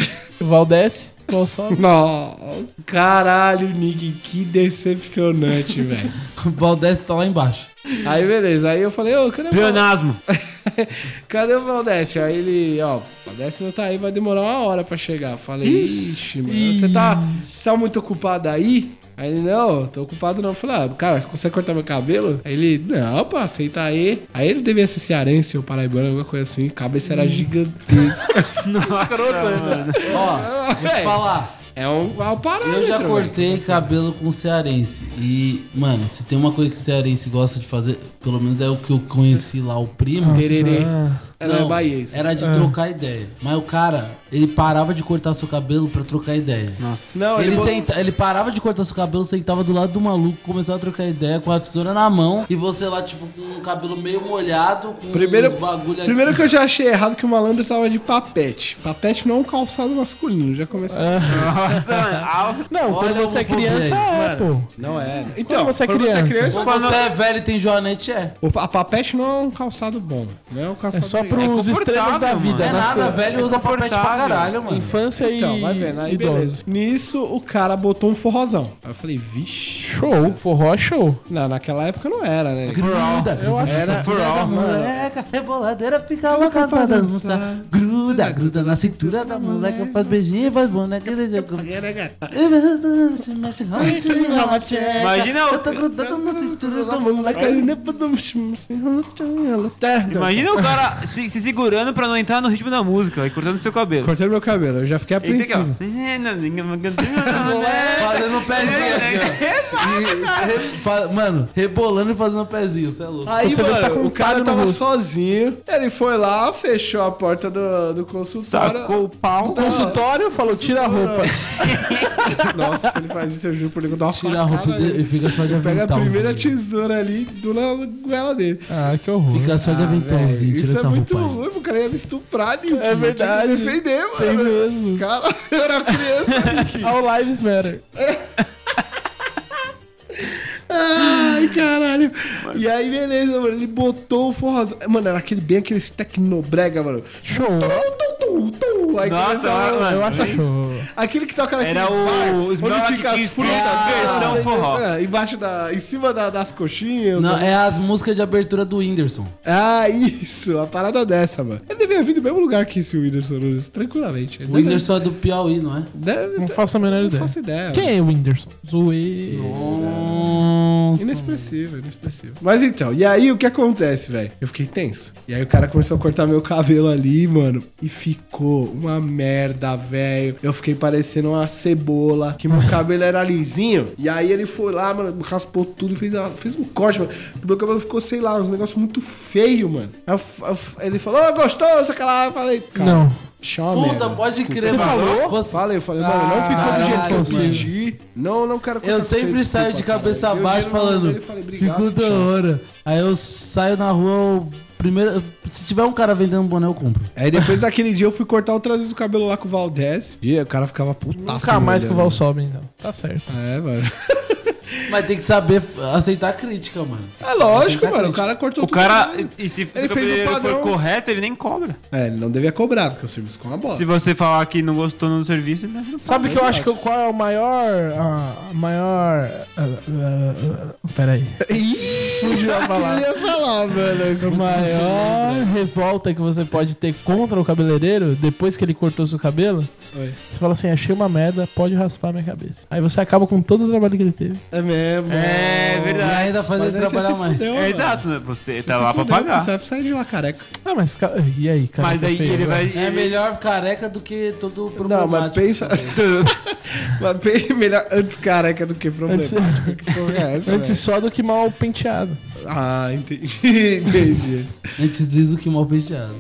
Val desce, Val sobe. Nossa. Caralho, Nick, que decepcionante, velho. O Valdez tá lá embaixo. Aí, beleza. Aí eu falei, ô, cadê o Valdécio? Pleonasmo. Cadê o Valdécio? Aí ele, ó, o Valdécio não tá aí, vai demorar uma hora pra chegar. Eu falei, ixi, mano, você tá, você tá muito ocupado aí? Aí ele, não, tô ocupado não. Eu falei, ah, cara, você consegue cortar meu cabelo? Aí ele, não, pá, aceita aí. Aí ele devia ser cearense ou paraibano, alguma coisa assim. A cabeça era gigantesca. Nossa, mano. Ó, vou te Véi. falar. É um, é um parâmetro, Eu já velho. cortei cabelo com cearense. E, mano, se tem uma coisa que cearense gosta de fazer, pelo menos é o que eu conheci lá, o primo. Tererê. Ah, Era Não, Bahia isso. era de trocar ideia. Mas o cara, ele parava de cortar seu cabelo pra trocar ideia. Nossa. Não, Ele, ele, senta, ele parava de cortar seu cabelo, sentava do lado do maluco, começava a trocar ideia com a tesoura na mão. E você lá, tipo, com o cabelo meio molhado, com Primeiro, uns bagulho aqui. primeiro que eu já achei errado que o malandro tava de papete. Papete não é um calçado masculino, já começa. Nossa, mano. Não, Olha quando a você é homofobia criança, aí, é, pô. Não é. Então, Quando você é quando criança. Quando você é velho e tem joanete, é. o- a papete não é um calçado bom. Não é um É calçado só legal. pros extremos da confortável, vida. Não é né? nada, velho usa papete pra confortável. caralho, mano. Infância Então, e vai vendo. Aí, idoso. beleza. Nisso, o cara botou um forrozão. Aí eu falei, vixe. Show, forró é show. Não, naquela época não era, né? Gruda, Eu acho Era essa filha da moleca, reboladeira, fica louca pra dançar. Gruda, gruda na cintura da moleca, faz beijinho, faz boneca de jogo. Imagina Eu o, tô grudando na cintura da moleca. imagina o cara se, se segurando pra não entrar no ritmo da música e cortando seu cabelo. Cortei meu cabelo, eu já fiquei Ele fica, ó. apreensivo. Fazendo um pezinho aqui, ó. Re- fa- Mano, rebolando e fazendo um pezinho, você é louco. Aí, Você vê se tá com mano, um o cara calho no tava rosto. sozinho. Ele foi lá, fechou a porta do, do consultório. Sacou o pau. O consultório falou, tira a roupa. Nossa, se ele faz isso, eu juro por ele que eu dou uma Tira a roupa facada dele nele. e fica só de Pega a aventalzinho. primeira tesoura ali, do na goela dele. Ah, que horror. Fica só de aventalzinho, Isso tira é essa muito roupa aí. ruim, o cara ia me estuprar, Nick. É verdade. Tinha que me defender, mano. Tem mesmo. Cara, eu era criança, Nick. All lives matter. Ai, caralho. E aí, beleza, mano. Ele botou o forrozão. Mano, era aquele, bem aquele tecnobrega, mano. Show. Tum, tum, tum. Aí Nossa, começava- mano. Eu acho show. Aquele que toca naquele Era o- os onde Black fica Tea as frutas. Street, versão ah, forró. é, embaixo da... Em cima da- das coxinhas. Não, né? é as músicas de abertura do Whindersson. Ah, isso. A parada dessa, mano. Ele devia vir do mesmo lugar que esse Whindersson Nunes, tranquilamente. Ele O Whindersson é do Piauí, não é? Deve, Não faço a menor não ideia. faço ideia. Quem é o Whindersson? Zoe. Nossa. Inexpressivo, inexpressivo. Mas então, e aí o que acontece, velho? Eu fiquei tenso. E aí o cara começou a cortar meu cabelo ali, mano. E ficou uma merda, velho. Eu fiquei parecendo uma cebola, que meu cabelo era lisinho. E aí ele foi lá, mano, raspou tudo, fez, a- fez um corte, mano. Meu cabelo ficou, sei lá, um negócio muito feio, mano. Aí eu f- eu f- ele falou, ô, gostoso, aquela. Eu falei, cara, Não. chama Puta, merda. pode crer, Você mano. falou? Você- Falei, eu falei, mano, não ficou do jeito que eu Caralho, pedi. Não, não quero Eu cortar sempre feio, saio de desculpa, cabeça cara. Eu baixa vi no nome falando, dele e falei, obrigado, ficou da tchau. hora. Aí eu saio na rua, eu- primeiro, se tiver um cara vendendo boné, eu compro. Aí depois daquele dia eu fui cortar outras vezes o cabelo lá com o Valdez. E o cara ficava putaço. Nunca mais me que o olhando. Val sobe, então. Tá certo. É, mano. Mas tem que saber aceitar a crítica, mano. É lógico, Aceitar mano. O crítica. cara cortou O tudo. cara, e se, se Ele o fez o cabeleireiro for padrão. correto, ele nem cobra. É, ele não devia cobrar, porque o serviço ficou uma bosta. Se você falar que não gostou no serviço, ele não Sabe que eu acho que o- qual é o maior. A, a maior. ah, ah, ah, peraí. Ih, Fugiu a Ele palavra. ia falar, mano. A maior revolta que você pode ter contra o cabeleireiro, depois que ele cortou seu cabelo, Oi. você fala assim, achei uma merda, pode raspar minha cabeça. Aí você acaba com todo o trabalho que ele teve. É mesmo. É E verdade. ainda faz Mas ele aí você trabalhar se mais. fudeu, É mano. exato, né? Você tá Você lá pra fudeu, pagar. Você vai sair de lá careca. Ah, mas ca- e aí, cara? Mas daí ele vai. É melhor careca do que todo problemático. Não, mas pensa... mas pensa melhor antes careca do que problemático. Antes- Que porra é essa, Antes só do que mal penteado. velho? Ah, entendi. Entendi. Antes liso que mal penteado.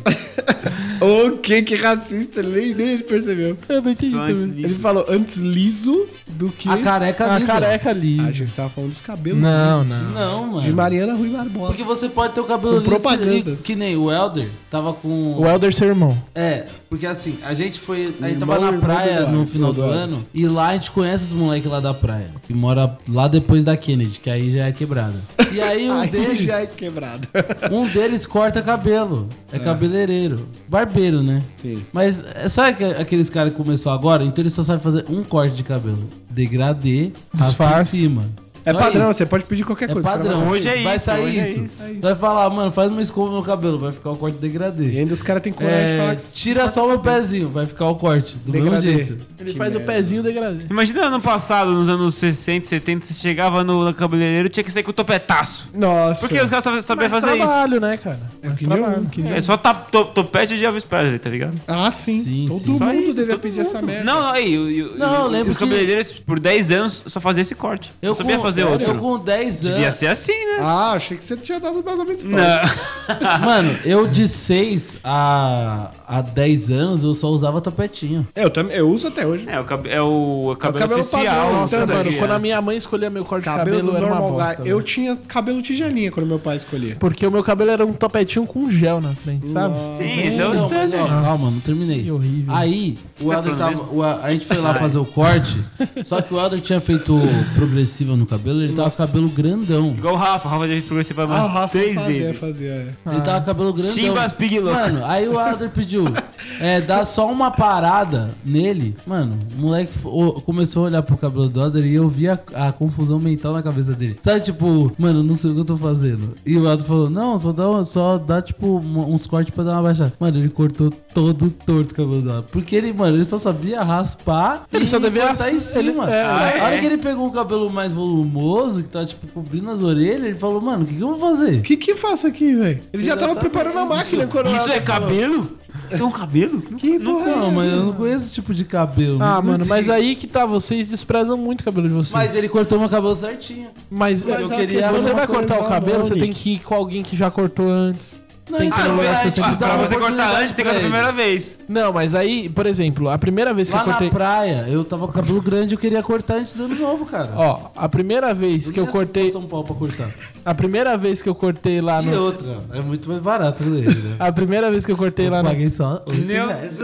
O que que racista? Nem, nem ele percebeu. Eu não entendi Só antes também. disso. Ele falou antes liso do que... A careca A lisa. careca ali. Ah, a gente tava falando dos cabelos. Não, lisos. não. Não, mano. De Mariana Rui Barbosa. Porque você pode ter o cabelo Com liso propagandas. e- que nem o Elder tava com... O Elder seu irmão. É, porque assim, a gente foi. A gente Irmão, tava na irmão praia do Eduardo, no final do Eduardo. ano e lá a gente conhece os moleques lá da praia, que mora lá depois da Kennedy, que aí já é quebrada. E aí um Aí deles. já é quebrado. Um deles corta cabelo. É cabeleireiro. Barbeiro, né? Sim. Mas é, sabe que aqueles caras que começou agora? Então ele só sabe fazer um corte de cabelo. Degradê, raspa em Disfarce. cima. É Só padrão, isso. você pode pedir qualquer É coisa. padrão. Hoje é vai isso, sair hoje é isso. isso. Vai falar, mano, faz uma escova no meu cabelo, vai ficar o corte E degradê. ainda os caras têm coragem de É, falar que... tira só o meu pezinho, vai ficar o corte, do mesmo Degradê. jeito. Ele Que faz merda. o pezinho degradê. Imagina ano passado, nos anos sessenta, setenta, você chegava no, no cabeleireiro e tinha que sair com o topetaço. Nossa. Porque os caras só sabiam Mais fazer isso. trabalho, né, cara? É Mais que nem trabalho. um, que nem É um. só tá, to, topete de Elvis Presley, tá ligado? Ah, sim. Sim, Todo sim. Só mundo isso, devia todo pedir mundo. essa merda. Não, não, aí, eu, eu, Não, eu eu- lembro os que- cabeleireiros por dez anos só faziam esse corte. Eu Eu sabia com, fazer outro. Eu com dez anos. Devia ser assim, né? Ah, achei que você tinha dado um vazamento histórico. Não. Mano, eu de seis a, a dez anos eu só usava topetinho. Eu também, eu uso até hoje. É, o, cabe, é o cabelo, cabelo oficial. padrão, Nossa, Então, mano, sabia? quando a minha mãe escolhia meu corte de Cabelo, cabelo, do era uma normal bosta. guy. Eu velho. tinha cabelo tigelinha quando meu pai escolhia. Porque o meu cabelo era um topetinho com gel na frente, sabe? Sim, esse é o Não, mas, ó, standard. calma, não terminei. Que horrível. Aí, o Você tá Elder falando tava. o- a gente foi lá fazer o corte, só que o Elder tinha feito progressiva no cabelo, ele tava com o cabelo grandão. Igual o Rafa, o Rafa já fez progressiva Ah, o mais Rafa três fazia, vezes. fazia. é. Ele tava com o cabelo grandão. Chimbas Pig Louco. Mano, aí o Elder pediu, é, dá só uma parada nele. Mano, o moleque o- começou a olhar pro cabelo do Elder e eu vi a, a confusão mental na cabeça dele. Sabe, tipo, mano, não sei o que eu tô fazendo. E o Elder falou, não, só dá, uma- só dá tipo, uma- uns cortes pra dar uma baixada. Mano, ele cortou todo torto o cabelo do Elder. Porque ele, mano, ele só sabia raspar Ele e só devia cortar em ass- ele- cima. é, a é. hora que ele pegou um cabelo mais volumoso, que tá, tipo, cobrindo as orelhas, ele falou, mano, o que, que eu vou fazer? O que que faço aqui, velho? Ele já tava Exatamente. preparando a máquina quando Isso ela é falou. cabelo? Isso é um cabelo? Que porra é Não, essa? mas eu não conheço esse tipo de cabelo. Ah, Não- mano, mas aí que tá, vocês desprezam muito o cabelo de vocês. Mas ele cortou meu cabelo certinho. Mas, Mas eu a queria. questão Se você é vai uma cortar o coisa cabelo, não, você tem Nick. que ir com alguém que já cortou antes. Não, Tem que ir então, no lugar que a você gente tem que dá Pra uma você cortar oportunidade antes, tem que cortar a pra ele. primeira vez. Não, mas aí, por exemplo, a primeira vez que Lá eu cortei. na praia, eu tava com cabelo grande e eu queria cortar antes do ano novo, cara. Ó, a primeira vez que eu cortei. São Paulo pra cortar. A primeira vez que eu cortei lá E no. outra, é muito mais barato dele, né? A primeira vez que eu cortei lá Eu no. paguei só oito Meu reais.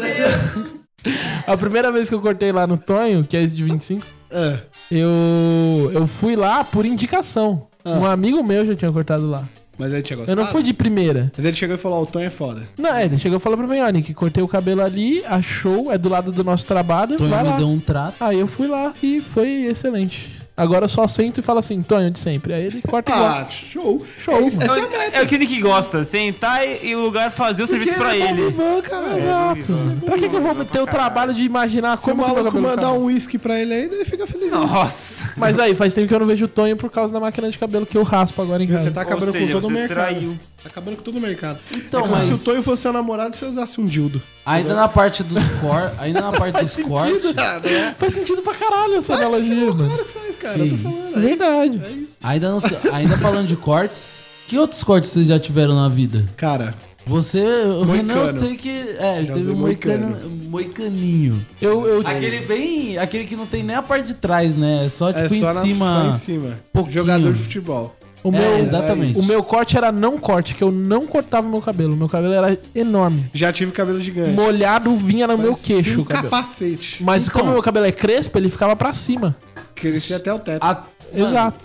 A primeira vez que eu cortei lá no Tonho, que é esse de vinte e cinco, Ah, eu. Eu fui lá por indicação. Um amigo meu já tinha cortado lá. mas ele tinha Eu gostado. não fui de primeira. Mas ele chegou e falou, ó, o Tonho é foda. Não, é, ele chegou e falou pra mim, ó, Nick, cortei o cabelo ali, achou, é do lado do nosso trabalho, Tonho vai me lá. deu um trato. Aí eu fui lá e foi excelente. Agora eu só sento e falo assim, Tonho, de sempre. Aí ele corta igual. Ah, show. Show, É, isso, mano. essa é a meta. É o que o Nick gosta, sentar e, e o lugar fazer o serviço Porque pra é ele. Van, caralho. Exato. Pra que, que eu vou ter o trabalho de imaginar Se o como que meu maluco cabelo mandar fica? um uísque pra ele ainda, ele fica feliz. Nossa. Mas aí, faz tempo que eu não vejo o Tonho por causa da máquina de cabelo que eu raspo agora em casa. Você tá acabando Ou seja, com todo o você mercado. traiu. Tá acabando com todo o mercado. Então, É como se o mas Tonho fosse seu namorado e você usasse um dildo. ainda na parte dos cortes, ainda na parte dos cortes, Faz sentido pra caralho essa analogia, mano. Claro que faz, cara. Que Eu tô isso. falando. É verdade. É isso. ainda, não, ainda falando de cortes, que outros cortes vocês já tiveram na vida? Cara, Você, o Renan, eu Moicano. sei que. É, ele Já teve usei um moicano, moicaninho. Eu, eu, Aquele bem. Aquele que não tem nem a parte de trás, né? É só é tipo só, em na, cima. só em cima. pouquinho. Jogador de futebol. o, É, meu, exatamente. o meu corte era não corte, que eu não cortava o meu cabelo. Meu cabelo era enorme. Já tive cabelo gigante. Molhado vinha no meu Parecia queixo um o cabelo. capacete. Mas Então. como meu cabelo é crespo, ele ficava pra cima. Crescia até o teto. A- mano, Exato.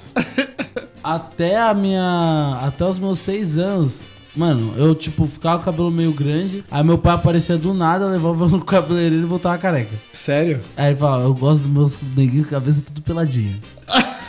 Até a minha. Até os meus seis anos. Mano, eu, tipo, ficava com o cabelo meio grande. Aí meu pai aparecia do nada, levava no cabeleireiro e voltava careca. Sério? Aí ele falava, eu gosto dos meus neguinhos com a cabeça tudo peladinha.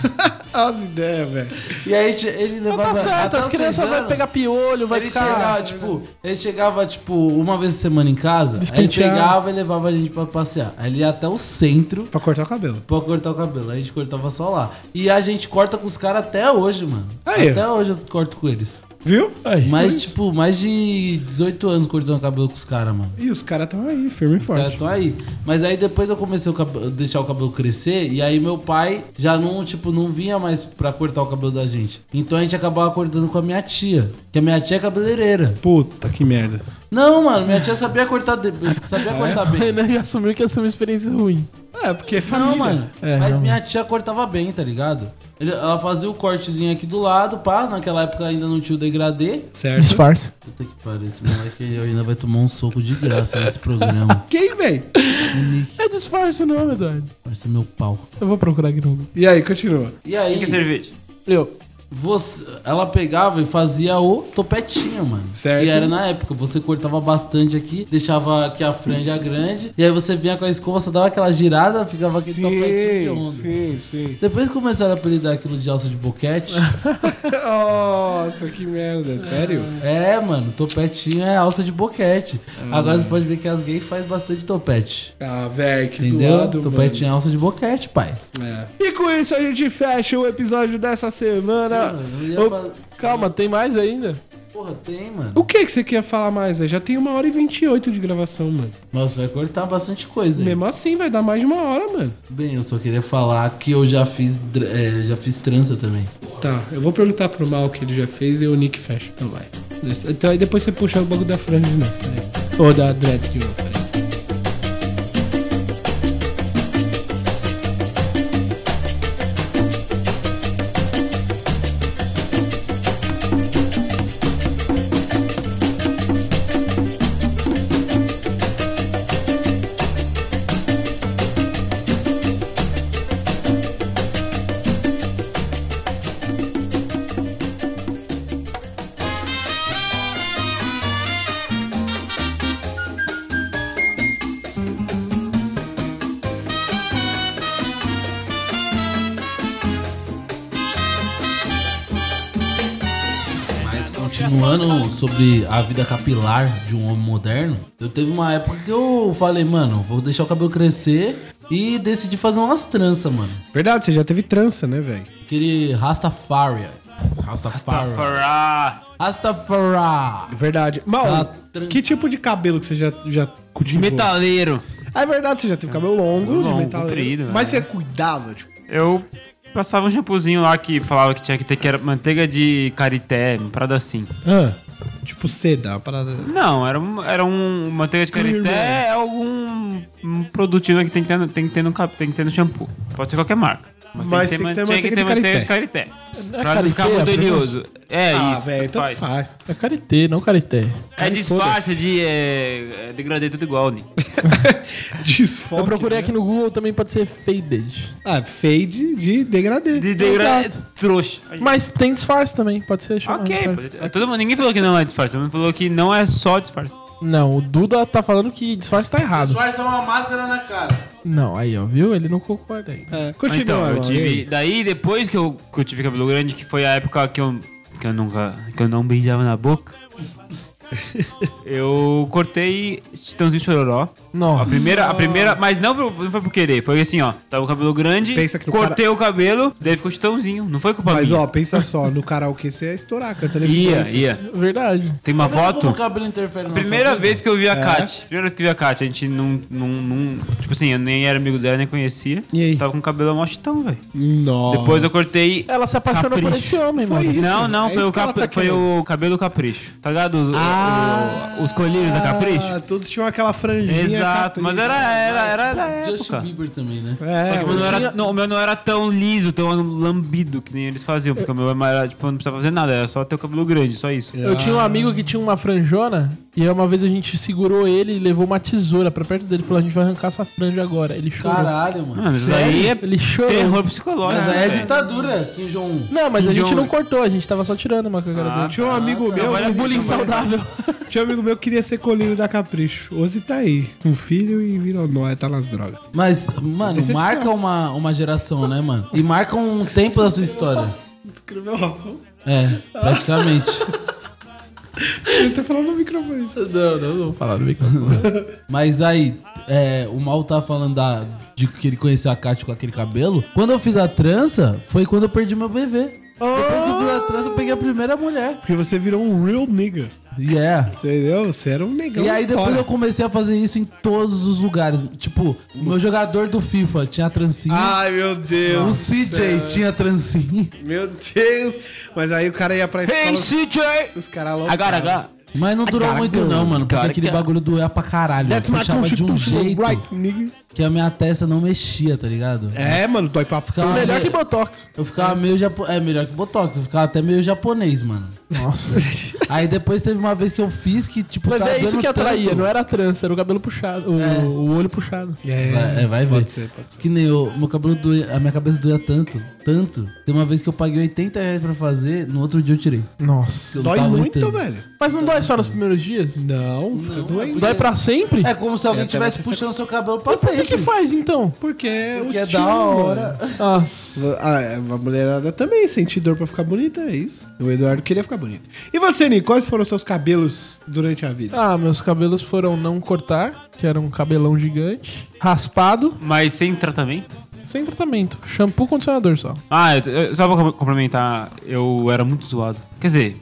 As ideias, velho. E aí t- ele Não levava... tá certo, até as os crianças seis vão anos, pegar piolho, vai ele ficar... chegava, tipo, ele chegava, tipo, uma vez por semana em casa, aí ele Despentear. pegava e levava a gente pra passear. Aí ele ia até o centro Pra cortar o cabelo. pra cortar o cabelo. Aí a gente cortava só lá. E a gente corta com os caras até hoje, mano. Aí. Até hoje eu corto com eles. Viu? Aí. Mas, tipo, mais de dezoito anos cortando cabelo com os caras, mano. E os caras estão aí, firme e Os caras forte. estão aí. Mas aí depois eu comecei a cab- deixar o cabelo crescer. E aí meu pai já não, tipo, não vinha mais pra cortar o cabelo da gente. Então a gente acabava cortando com a minha tia. Que a minha tia é cabeleireira. Puta, que merda. Não, mano, minha tia sabia cortar, de... sabia cortar bem. Ele já assumiu que ia ser uma experiência ruim. É, porque é família. Não, mano. É, mas não. minha tia cortava bem, tá ligado? Ele- ela fazia o cortezinho aqui do lado, pá. Naquela época ainda não tinha o degradê. Certo. Disfarce. Puta que pariu, esse moleque ainda vai tomar um soco de graça nesse programa. Quem, velho? O Nick, É disfarce o nome, Eduardo. vai ser meu pau. Eu vou procurar aqui no Google. E aí, continua. E aí, Quem quer cerveja? Eu. você, ela pegava e fazia o topetinho, mano. Certo. Que era na época, você cortava bastante aqui, deixava aqui a franja grande, e aí você vinha com a escova, só dava aquela girada, ficava aquele topetinho de onda. sim, sim. Depois começaram a apelidar aquilo de alça de boquete. Nossa, que merda. Sério? É, mano, topetinho é alça de boquete. Agora você pode ver que as gays fazem bastante topete. Ah, velho, que Entendeu? zoado, Topetinho é alça de boquete, pai. mano. É. E com isso a gente fecha o episódio dessa semana. Mano, eu ia Ô, fa- Calma, tem mais ainda? Porra, tem, mano. O que que você quer falar mais, velho? Já tem uma hora e vinte e oito de gravação, mano. Nossa, vai cortar bastante coisa. hein? Mesmo assim, vai dar mais de uma hora, mano. Bem, eu só queria falar que eu já fiz, dr- é, já fiz trança também. Tá, eu vou perguntar pro Mal o que ele já fez e o Nick fecha. Então vai. Então aí depois você puxa o bagulho da franja de novo, peraí. Ou da dread de novo, peraí. Mas continuando sobre a vida capilar de um homem moderno, eu teve uma época que eu falei, mano, vou deixar o cabelo crescer e decidi fazer umas tranças, mano. Verdade, você já teve trança, né, velho? Aquele Rastafari. Rastafari. Fará. Rastafari. Verdade. Mal, Aquela trança. que tipo de cabelo que você já, já De cultivou? metaleiro. Ah, é verdade, você já teve cabelo longo, de Longo, metaleiro. comprido, Mas é. você cuidava, tipo... Eu passava um shampoozinho lá que falava que tinha que ter que era manteiga de carité, uma parada assim. Ah, tipo seda, uma parada... Não, era, um, era um manteiga de carité, é algum um produtinho que tem que ter, no- tem que ter no cap- tem que ter no shampoo. Pode ser qualquer marca. Mas tem que ter man- manteiga de manteiga de carité. carité. Não é Pra não ficar carité, muito é oleoso. É ah, isso, velho, tanto tanto faz. faz. É carité, não carité. É disfarce foda-se. de é, é, degradê tudo igual, né? Desfoque, Eu procurei né? aqui no Google, também pode ser faded. Ah, fade de degradê. De degradê, Exato. trouxa. Mas tem disfarce também, pode ser chamado Ok, disfarce. pode- todo mundo, ninguém falou que não é disfarce, todo mundo falou que não é só disfarce. Não, o Duda tá falando que disfarce tá errado. Disfarce é uma máscara na cara. Não, aí ó, viu? Ele não concorda aí. É, Ah, continua, então, eu Mal, e tive. aí? Daí, depois que eu, que eu tive cabelo grande, que foi a época que eu, que eu nunca. que eu não beijava na boca. Eu cortei Chitãozinho Chororó. Nossa. A primeira, a primeira, mas não, foi- não foi por querer, foi assim, ó. Tava o cabelo grande, Pensa que o cortei o cabelo, daí ficou Chitãozinho. Não foi culpa Mas minha. ó, pensa só, no karaokê você ia estourar, cantando ia, evidências. ia. Verdade. Tem uma Tá vendo como foto. o cabelo interfere na Primeira sua vida? vez que eu vi a É. Kat. Primeira vez que eu vi a Kat, a gente não, não, não. Tipo assim, eu nem era amigo dela, nem conhecia. E aí? Tava com o cabelo mó chitão, velho. Nossa. Depois eu cortei. Ela se apaixonou por Capricho. esse homem, Foi mano. isso. Não, não, é foi, isso o, que ela cap... tá foi querendo. o cabelo capricho. Tá ligado? Os, Ah, o- os colírios da capricho? Ah, todos tinham aquela franjinha. Exato, mas era, era, era da Justin época. Bieber também, né? É, Só que o meu, não tinha- era, não, o meu não era tão liso, tão lambido que nem eles faziam. Porque o meu era, tipo, não precisava fazer nada, era só ter o cabelo grande, só isso. Eu tinha um amigo que tinha uma franjona E aí uma vez a gente segurou ele e levou uma tesoura pra perto dele e falou, a gente vai arrancar essa franja agora. Ele chorou. Caralho, mano. Mano, isso aí é Ele chorou. terror psicológico. Mas aí é velho. ditadura, Kim Jong-un. Não, mas a Kim gente Jong- não cortou, a gente tava só tirando uma com a cara Ah, dele. Tinha um amigo meu, vale a Um pena, bullying vale a pena. saudável. tinha um amigo meu que queria ser colírio da Capricho. Hoje tá aí, com filho e virou nóia, tá nas drogas. Mas, mano, Decepção. marca uma, uma geração, né, mano? E marca um tempo da sua história. Escreveu Rafão? É, praticamente. Ele tá falando no microfone. Não, não, não vou falar no microfone. Mas aí, é, o Mal tá falando da, de que ele conheceu a Kátia com aquele cabelo. Quando eu fiz a trança, foi quando eu perdi meu bebê. Depois que eu fiz a trança, eu peguei a primeira mulher. Porque você virou um real nigga. Yeah. Entendeu? Você era um negão. E aí depois fora. eu comecei a fazer isso em todos os lugares. Tipo, o meu jogador do FIFA tinha trancinha. Ai, meu Deus. o C J tinha trancinha. Meu Deus. Mas aí o cara ia pra escola. Hey, C J! Os caras I gotta go. Mas não durou Cara, muito go. não, mano. Porque Cara, aquele que- bagulho doía pra caralho. That's my Puxava de um constitutional jeito right, nigga. que a minha testa não mexia, tá ligado? É, mano, dói pra Ficava ficar. Melhor me- que Botox. Eu ficava meio japonês. É, melhor que Botox. Eu ficava até meio japonês, mano. Nossa. Aí depois teve uma vez que eu fiz que, tipo, Mas tava é isso doendo que atraía, tanto. não era a trança, era o cabelo puxado, o, É. o olho puxado. É, Vai, é, vai ver. Pode ser, pode ser. Que nem eu, meu cabelo doía, a minha cabeça doía tanto, tanto. Tem uma vez que eu paguei oitenta reais pra fazer, no outro dia eu tirei. Nossa. Eu Dói tava muito, aguentando. velho. Mas não dói só nos primeiros dias? Não, fica doendo. Dói pra sempre? É como se alguém até estivesse você puxando seu cabelo pra Mas por que sempre. que faz então? Porque é o Porque é estilo, da hora. mano. Nossa. Ah, é, a mulherada também sente dor pra ficar bonita, é isso. O Eduardo queria ficar bonito. E você, Nico, quais foram os seus cabelos durante a vida? Ah, meus cabelos foram não cortar, que era um cabelão gigante, raspado, Mas sem tratamento? sem tratamento, shampoo, condicionador só. Ah, eu, eu- só pra complementar, eu era muito zoado. Quer dizer,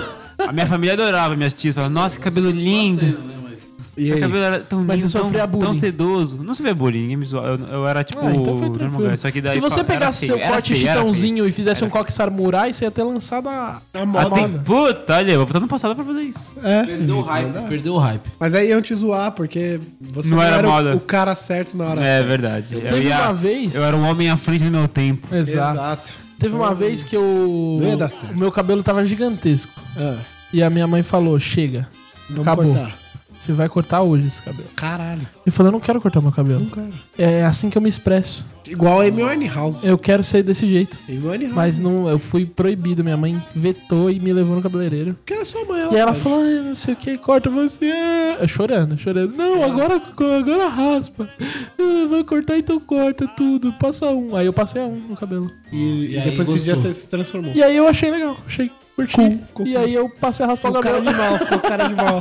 a minha família adorava, minhas tias falavam, nossa, que cabelo lindo. E Seu aí? cabelo era tão Mas lindo, você tão, sofria bullying. tão sedoso. Não sofria bullying, ninguém me zoava. Eu, eu era tipo Ah, então foi normal, tranquilo. só que daí Se você fa- era pegasse feio, seu era corte feio, era feio. chitãozinho e fizesse Era um coque samurai, você ia ter lançado a, A Ah, moda. tem, puta, olha, eu vou voltar no passado pra fazer isso. É. Perdeu o hype, perdeu o hype. Mas aí iam te zoar, porque você Não não, era era, o- moda. o cara certo na hora É certa. verdade. Eu, Teve ia- uma vez- eu era um homem à frente do meu tempo. Exato. Exato. Teve uma vez que eu. Não ia dar certo. O meu cabelo tava gigantesco. Ah, E a minha mãe falou: chega, vamos acabou. cortar. Você vai cortar hoje esse cabelo. Caralho. Eu falei: eu não quero cortar meu cabelo. Não quero. É assim que eu me expresso. Igual a Amy Winehouse. Eu quero ser desse jeito. Amy Winehouse. Mas não, eu fui proibido. Minha mãe vetou e me levou no cabeleireiro. Porque era sua mãe. E ela pode. falou, ai, não sei o que, corta você. Eu chorando, chorando. Não, agora, agora raspa. Ah, vai cortar, então corta tudo. Passa um. Aí eu passei a um no cabelo. E, E e aí depois desse dia gostou. você se transformou. E aí eu achei legal, achei curti. Cool, ficou e cool. aí eu passei a raspar o Ficou cara cabelo. de mal, ficou cara de mal.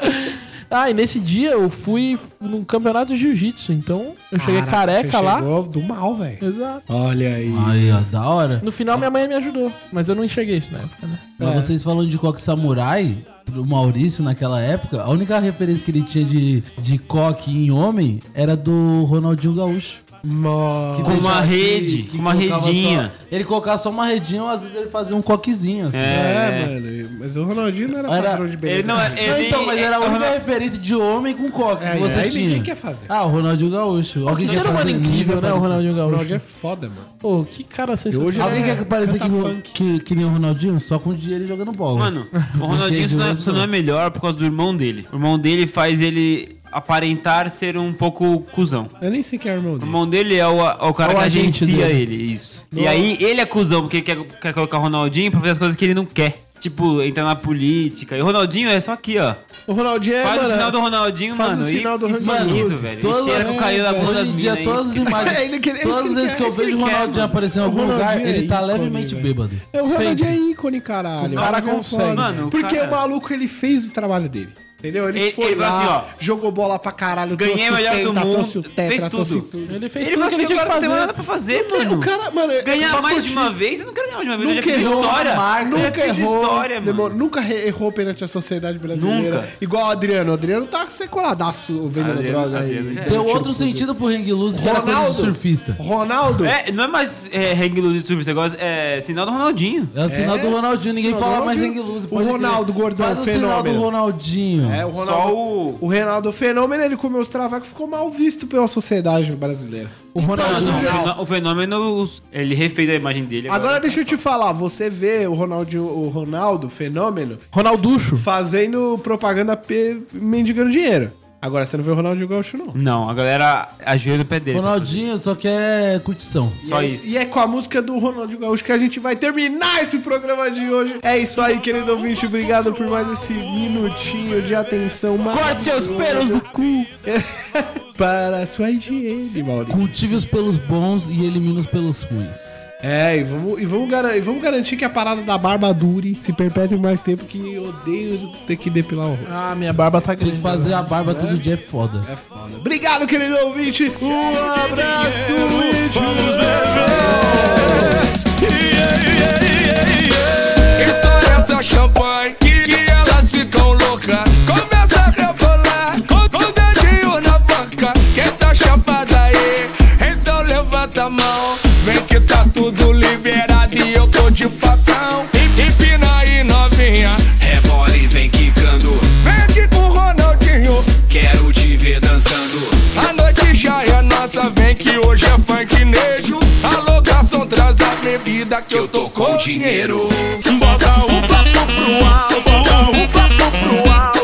Ah, e nesse dia eu fui num campeonato de jiu-jitsu, então eu cheguei Caraca, careca você lá. chegou do mal, velho. Exato. Olha aí. Aí, ó, da hora. No final minha mãe me ajudou, mas eu não enxerguei isso na época, né? Mas É. vocês falando de coque samurai, pro Maurício naquela época, a única referência que ele tinha de, de coque em homem era do Ronaldinho Gaúcho. Nossa. Que Com uma deixava- rede, com uma colocava redinha. só- ele colocava só uma redinha ou às vezes ele fazia um coquezinho, assim. É, É. mano. Mas o Ronaldinho não era, Era- padrão de beleza. Ele não é. Não, Ele, então, mas era a é- única referência de homem com coque É, que você aí tinha. ninguém quer fazer. Ah, o Ronaldinho Gaúcho. Alguém Que quer ser humano fazer incrível, nível né, o parecido. Ronaldinho O Gaúcho? Ronaldinho é foda, mano. Pô, que cara sensacional. hoje Alguém É, quer parecer que, canta o- funk. que, que nem o Ronaldinho? Só com dinheiro e jogando bola. Mano, o Ronaldinho só não, é, só não é melhor por causa do irmão dele. O irmão dele faz ele aparentar ser um pouco cuzão. Eu nem sei quem é o irmão O dele. irmão dele é o, é o cara É o que agente agencia dele. ele, isso. E aí ele é cuzão porque ele quer, quer colocar o Ronaldinho pra fazer as coisas que ele não quer. Tipo, entrar na política. E o Ronaldinho é só aqui, ó. O Ronaldinho é, Faz mano, o sinal do Ronaldinho, faz o mano. sinal do e, isso, Ronaldinho. isso, Mano, velho. todas- E cheira cocaína na bunda das Hoje em dia, minas. todas as é isso. imagens, É, ele que- ele todas que as vezes quer, que eu isso que vejo o ele quer, Ronaldinho mano. aparecer em algum O lugar, Ronaldinho é ele tá ícone, levemente velho. bêbado. É, o Ronaldinho Sempre. é ícone, caralho. O cara Nossa, consegue. foda. Mano, o Porque cara- o maluco, ele fez o trabalho dele. Entendeu? Ele, Ele- foi ele lá, falou assim, ó, jogou bola pra caralho, ganhei trouxe o melhor tenta, do mundo, trouxe o tetra, fez trouxe tudo. Ele fez Ele tudo falou que assim, ele tinha agora que não tem mais fazer. nada pra fazer, mano. O cara, mano, eu Ganhar só mais curti. de uma vez? Eu não quero ganhar mais de uma vez. Eu já Nunca fiz errou, história. marca, Eu já Nunca fiz errou, história, demorou- mano. nunca re- errou perante a sociedade brasileira. Nunca. Igual o Adriano. O Adriano tá secoladaço vendendo Adriano- droga aí. Adriano já é. Deu Tipo, outro sentido pro Hang Loose, que era coisa de Ronaldo. surfista. Ronaldo. É, não é mais é, hang loose de surfista, agora é sinal do Ronaldinho. É o sinal É? do Ronaldinho, ninguém Sinal do fala mais Ronaldinho. Hang Loose. O pode crer. Ronaldo, gordão, Faz o sinal do fenômeno. Ronaldinho. É, o Ronaldo, Só o... o Reinaldo Fenômeno, ele comeu os travecos e ficou mal visto pela sociedade brasileira. O Ronaldo. Não, o fenô- o fenômeno, ele refez a imagem dele. Agora deixa eu te falar, você vê o Ronaldo, o Ronaldo Fenômeno Ronalducho. fazendo propaganda pe- mendigando dinheiro. Agora você não vê o Ronaldinho Gaúcho, não. Não, a galera ajoelha no pé dele. Ronaldinho só quer curtição. Só e é, isso. E é com a música do Ronaldinho Gaúcho que a gente vai terminar esse programa de hoje. É isso aí, querido ouvinte. Obrigado por mais esse minutinho de atenção. Corte seus pelos do cu. Para a sua higiene, Maurício. Cultive os pelos bons e elimine os pelos ruins. É, e vamos, e, vamos gar- e vamos garantir que a parada da barba dure se perpetue mais tempo, que eu odeio ter que depilar o rosto. Ah, minha barba tá Tem grande. que fazer a barba todo dia é foda. É foda. Obrigado, querido ouvinte. Um abraço e Estoura essa champanhe que, que elas ficam loucas. Começa a rebolar com, com o dedinho na banca. Quem tá chapada aí, então levanta a mão. Vem que tá tudo liberado e eu tô de papão. Empina aí, novinha, rebola e vem quicando. Vem aqui com o Ronaldinho, quero te ver dançando. A noite já é nossa, vem que hoje é funknejo. A locação traz a bebida que eu tô com dinheiro. Bota o papo pro alto, bota o papo pro alto.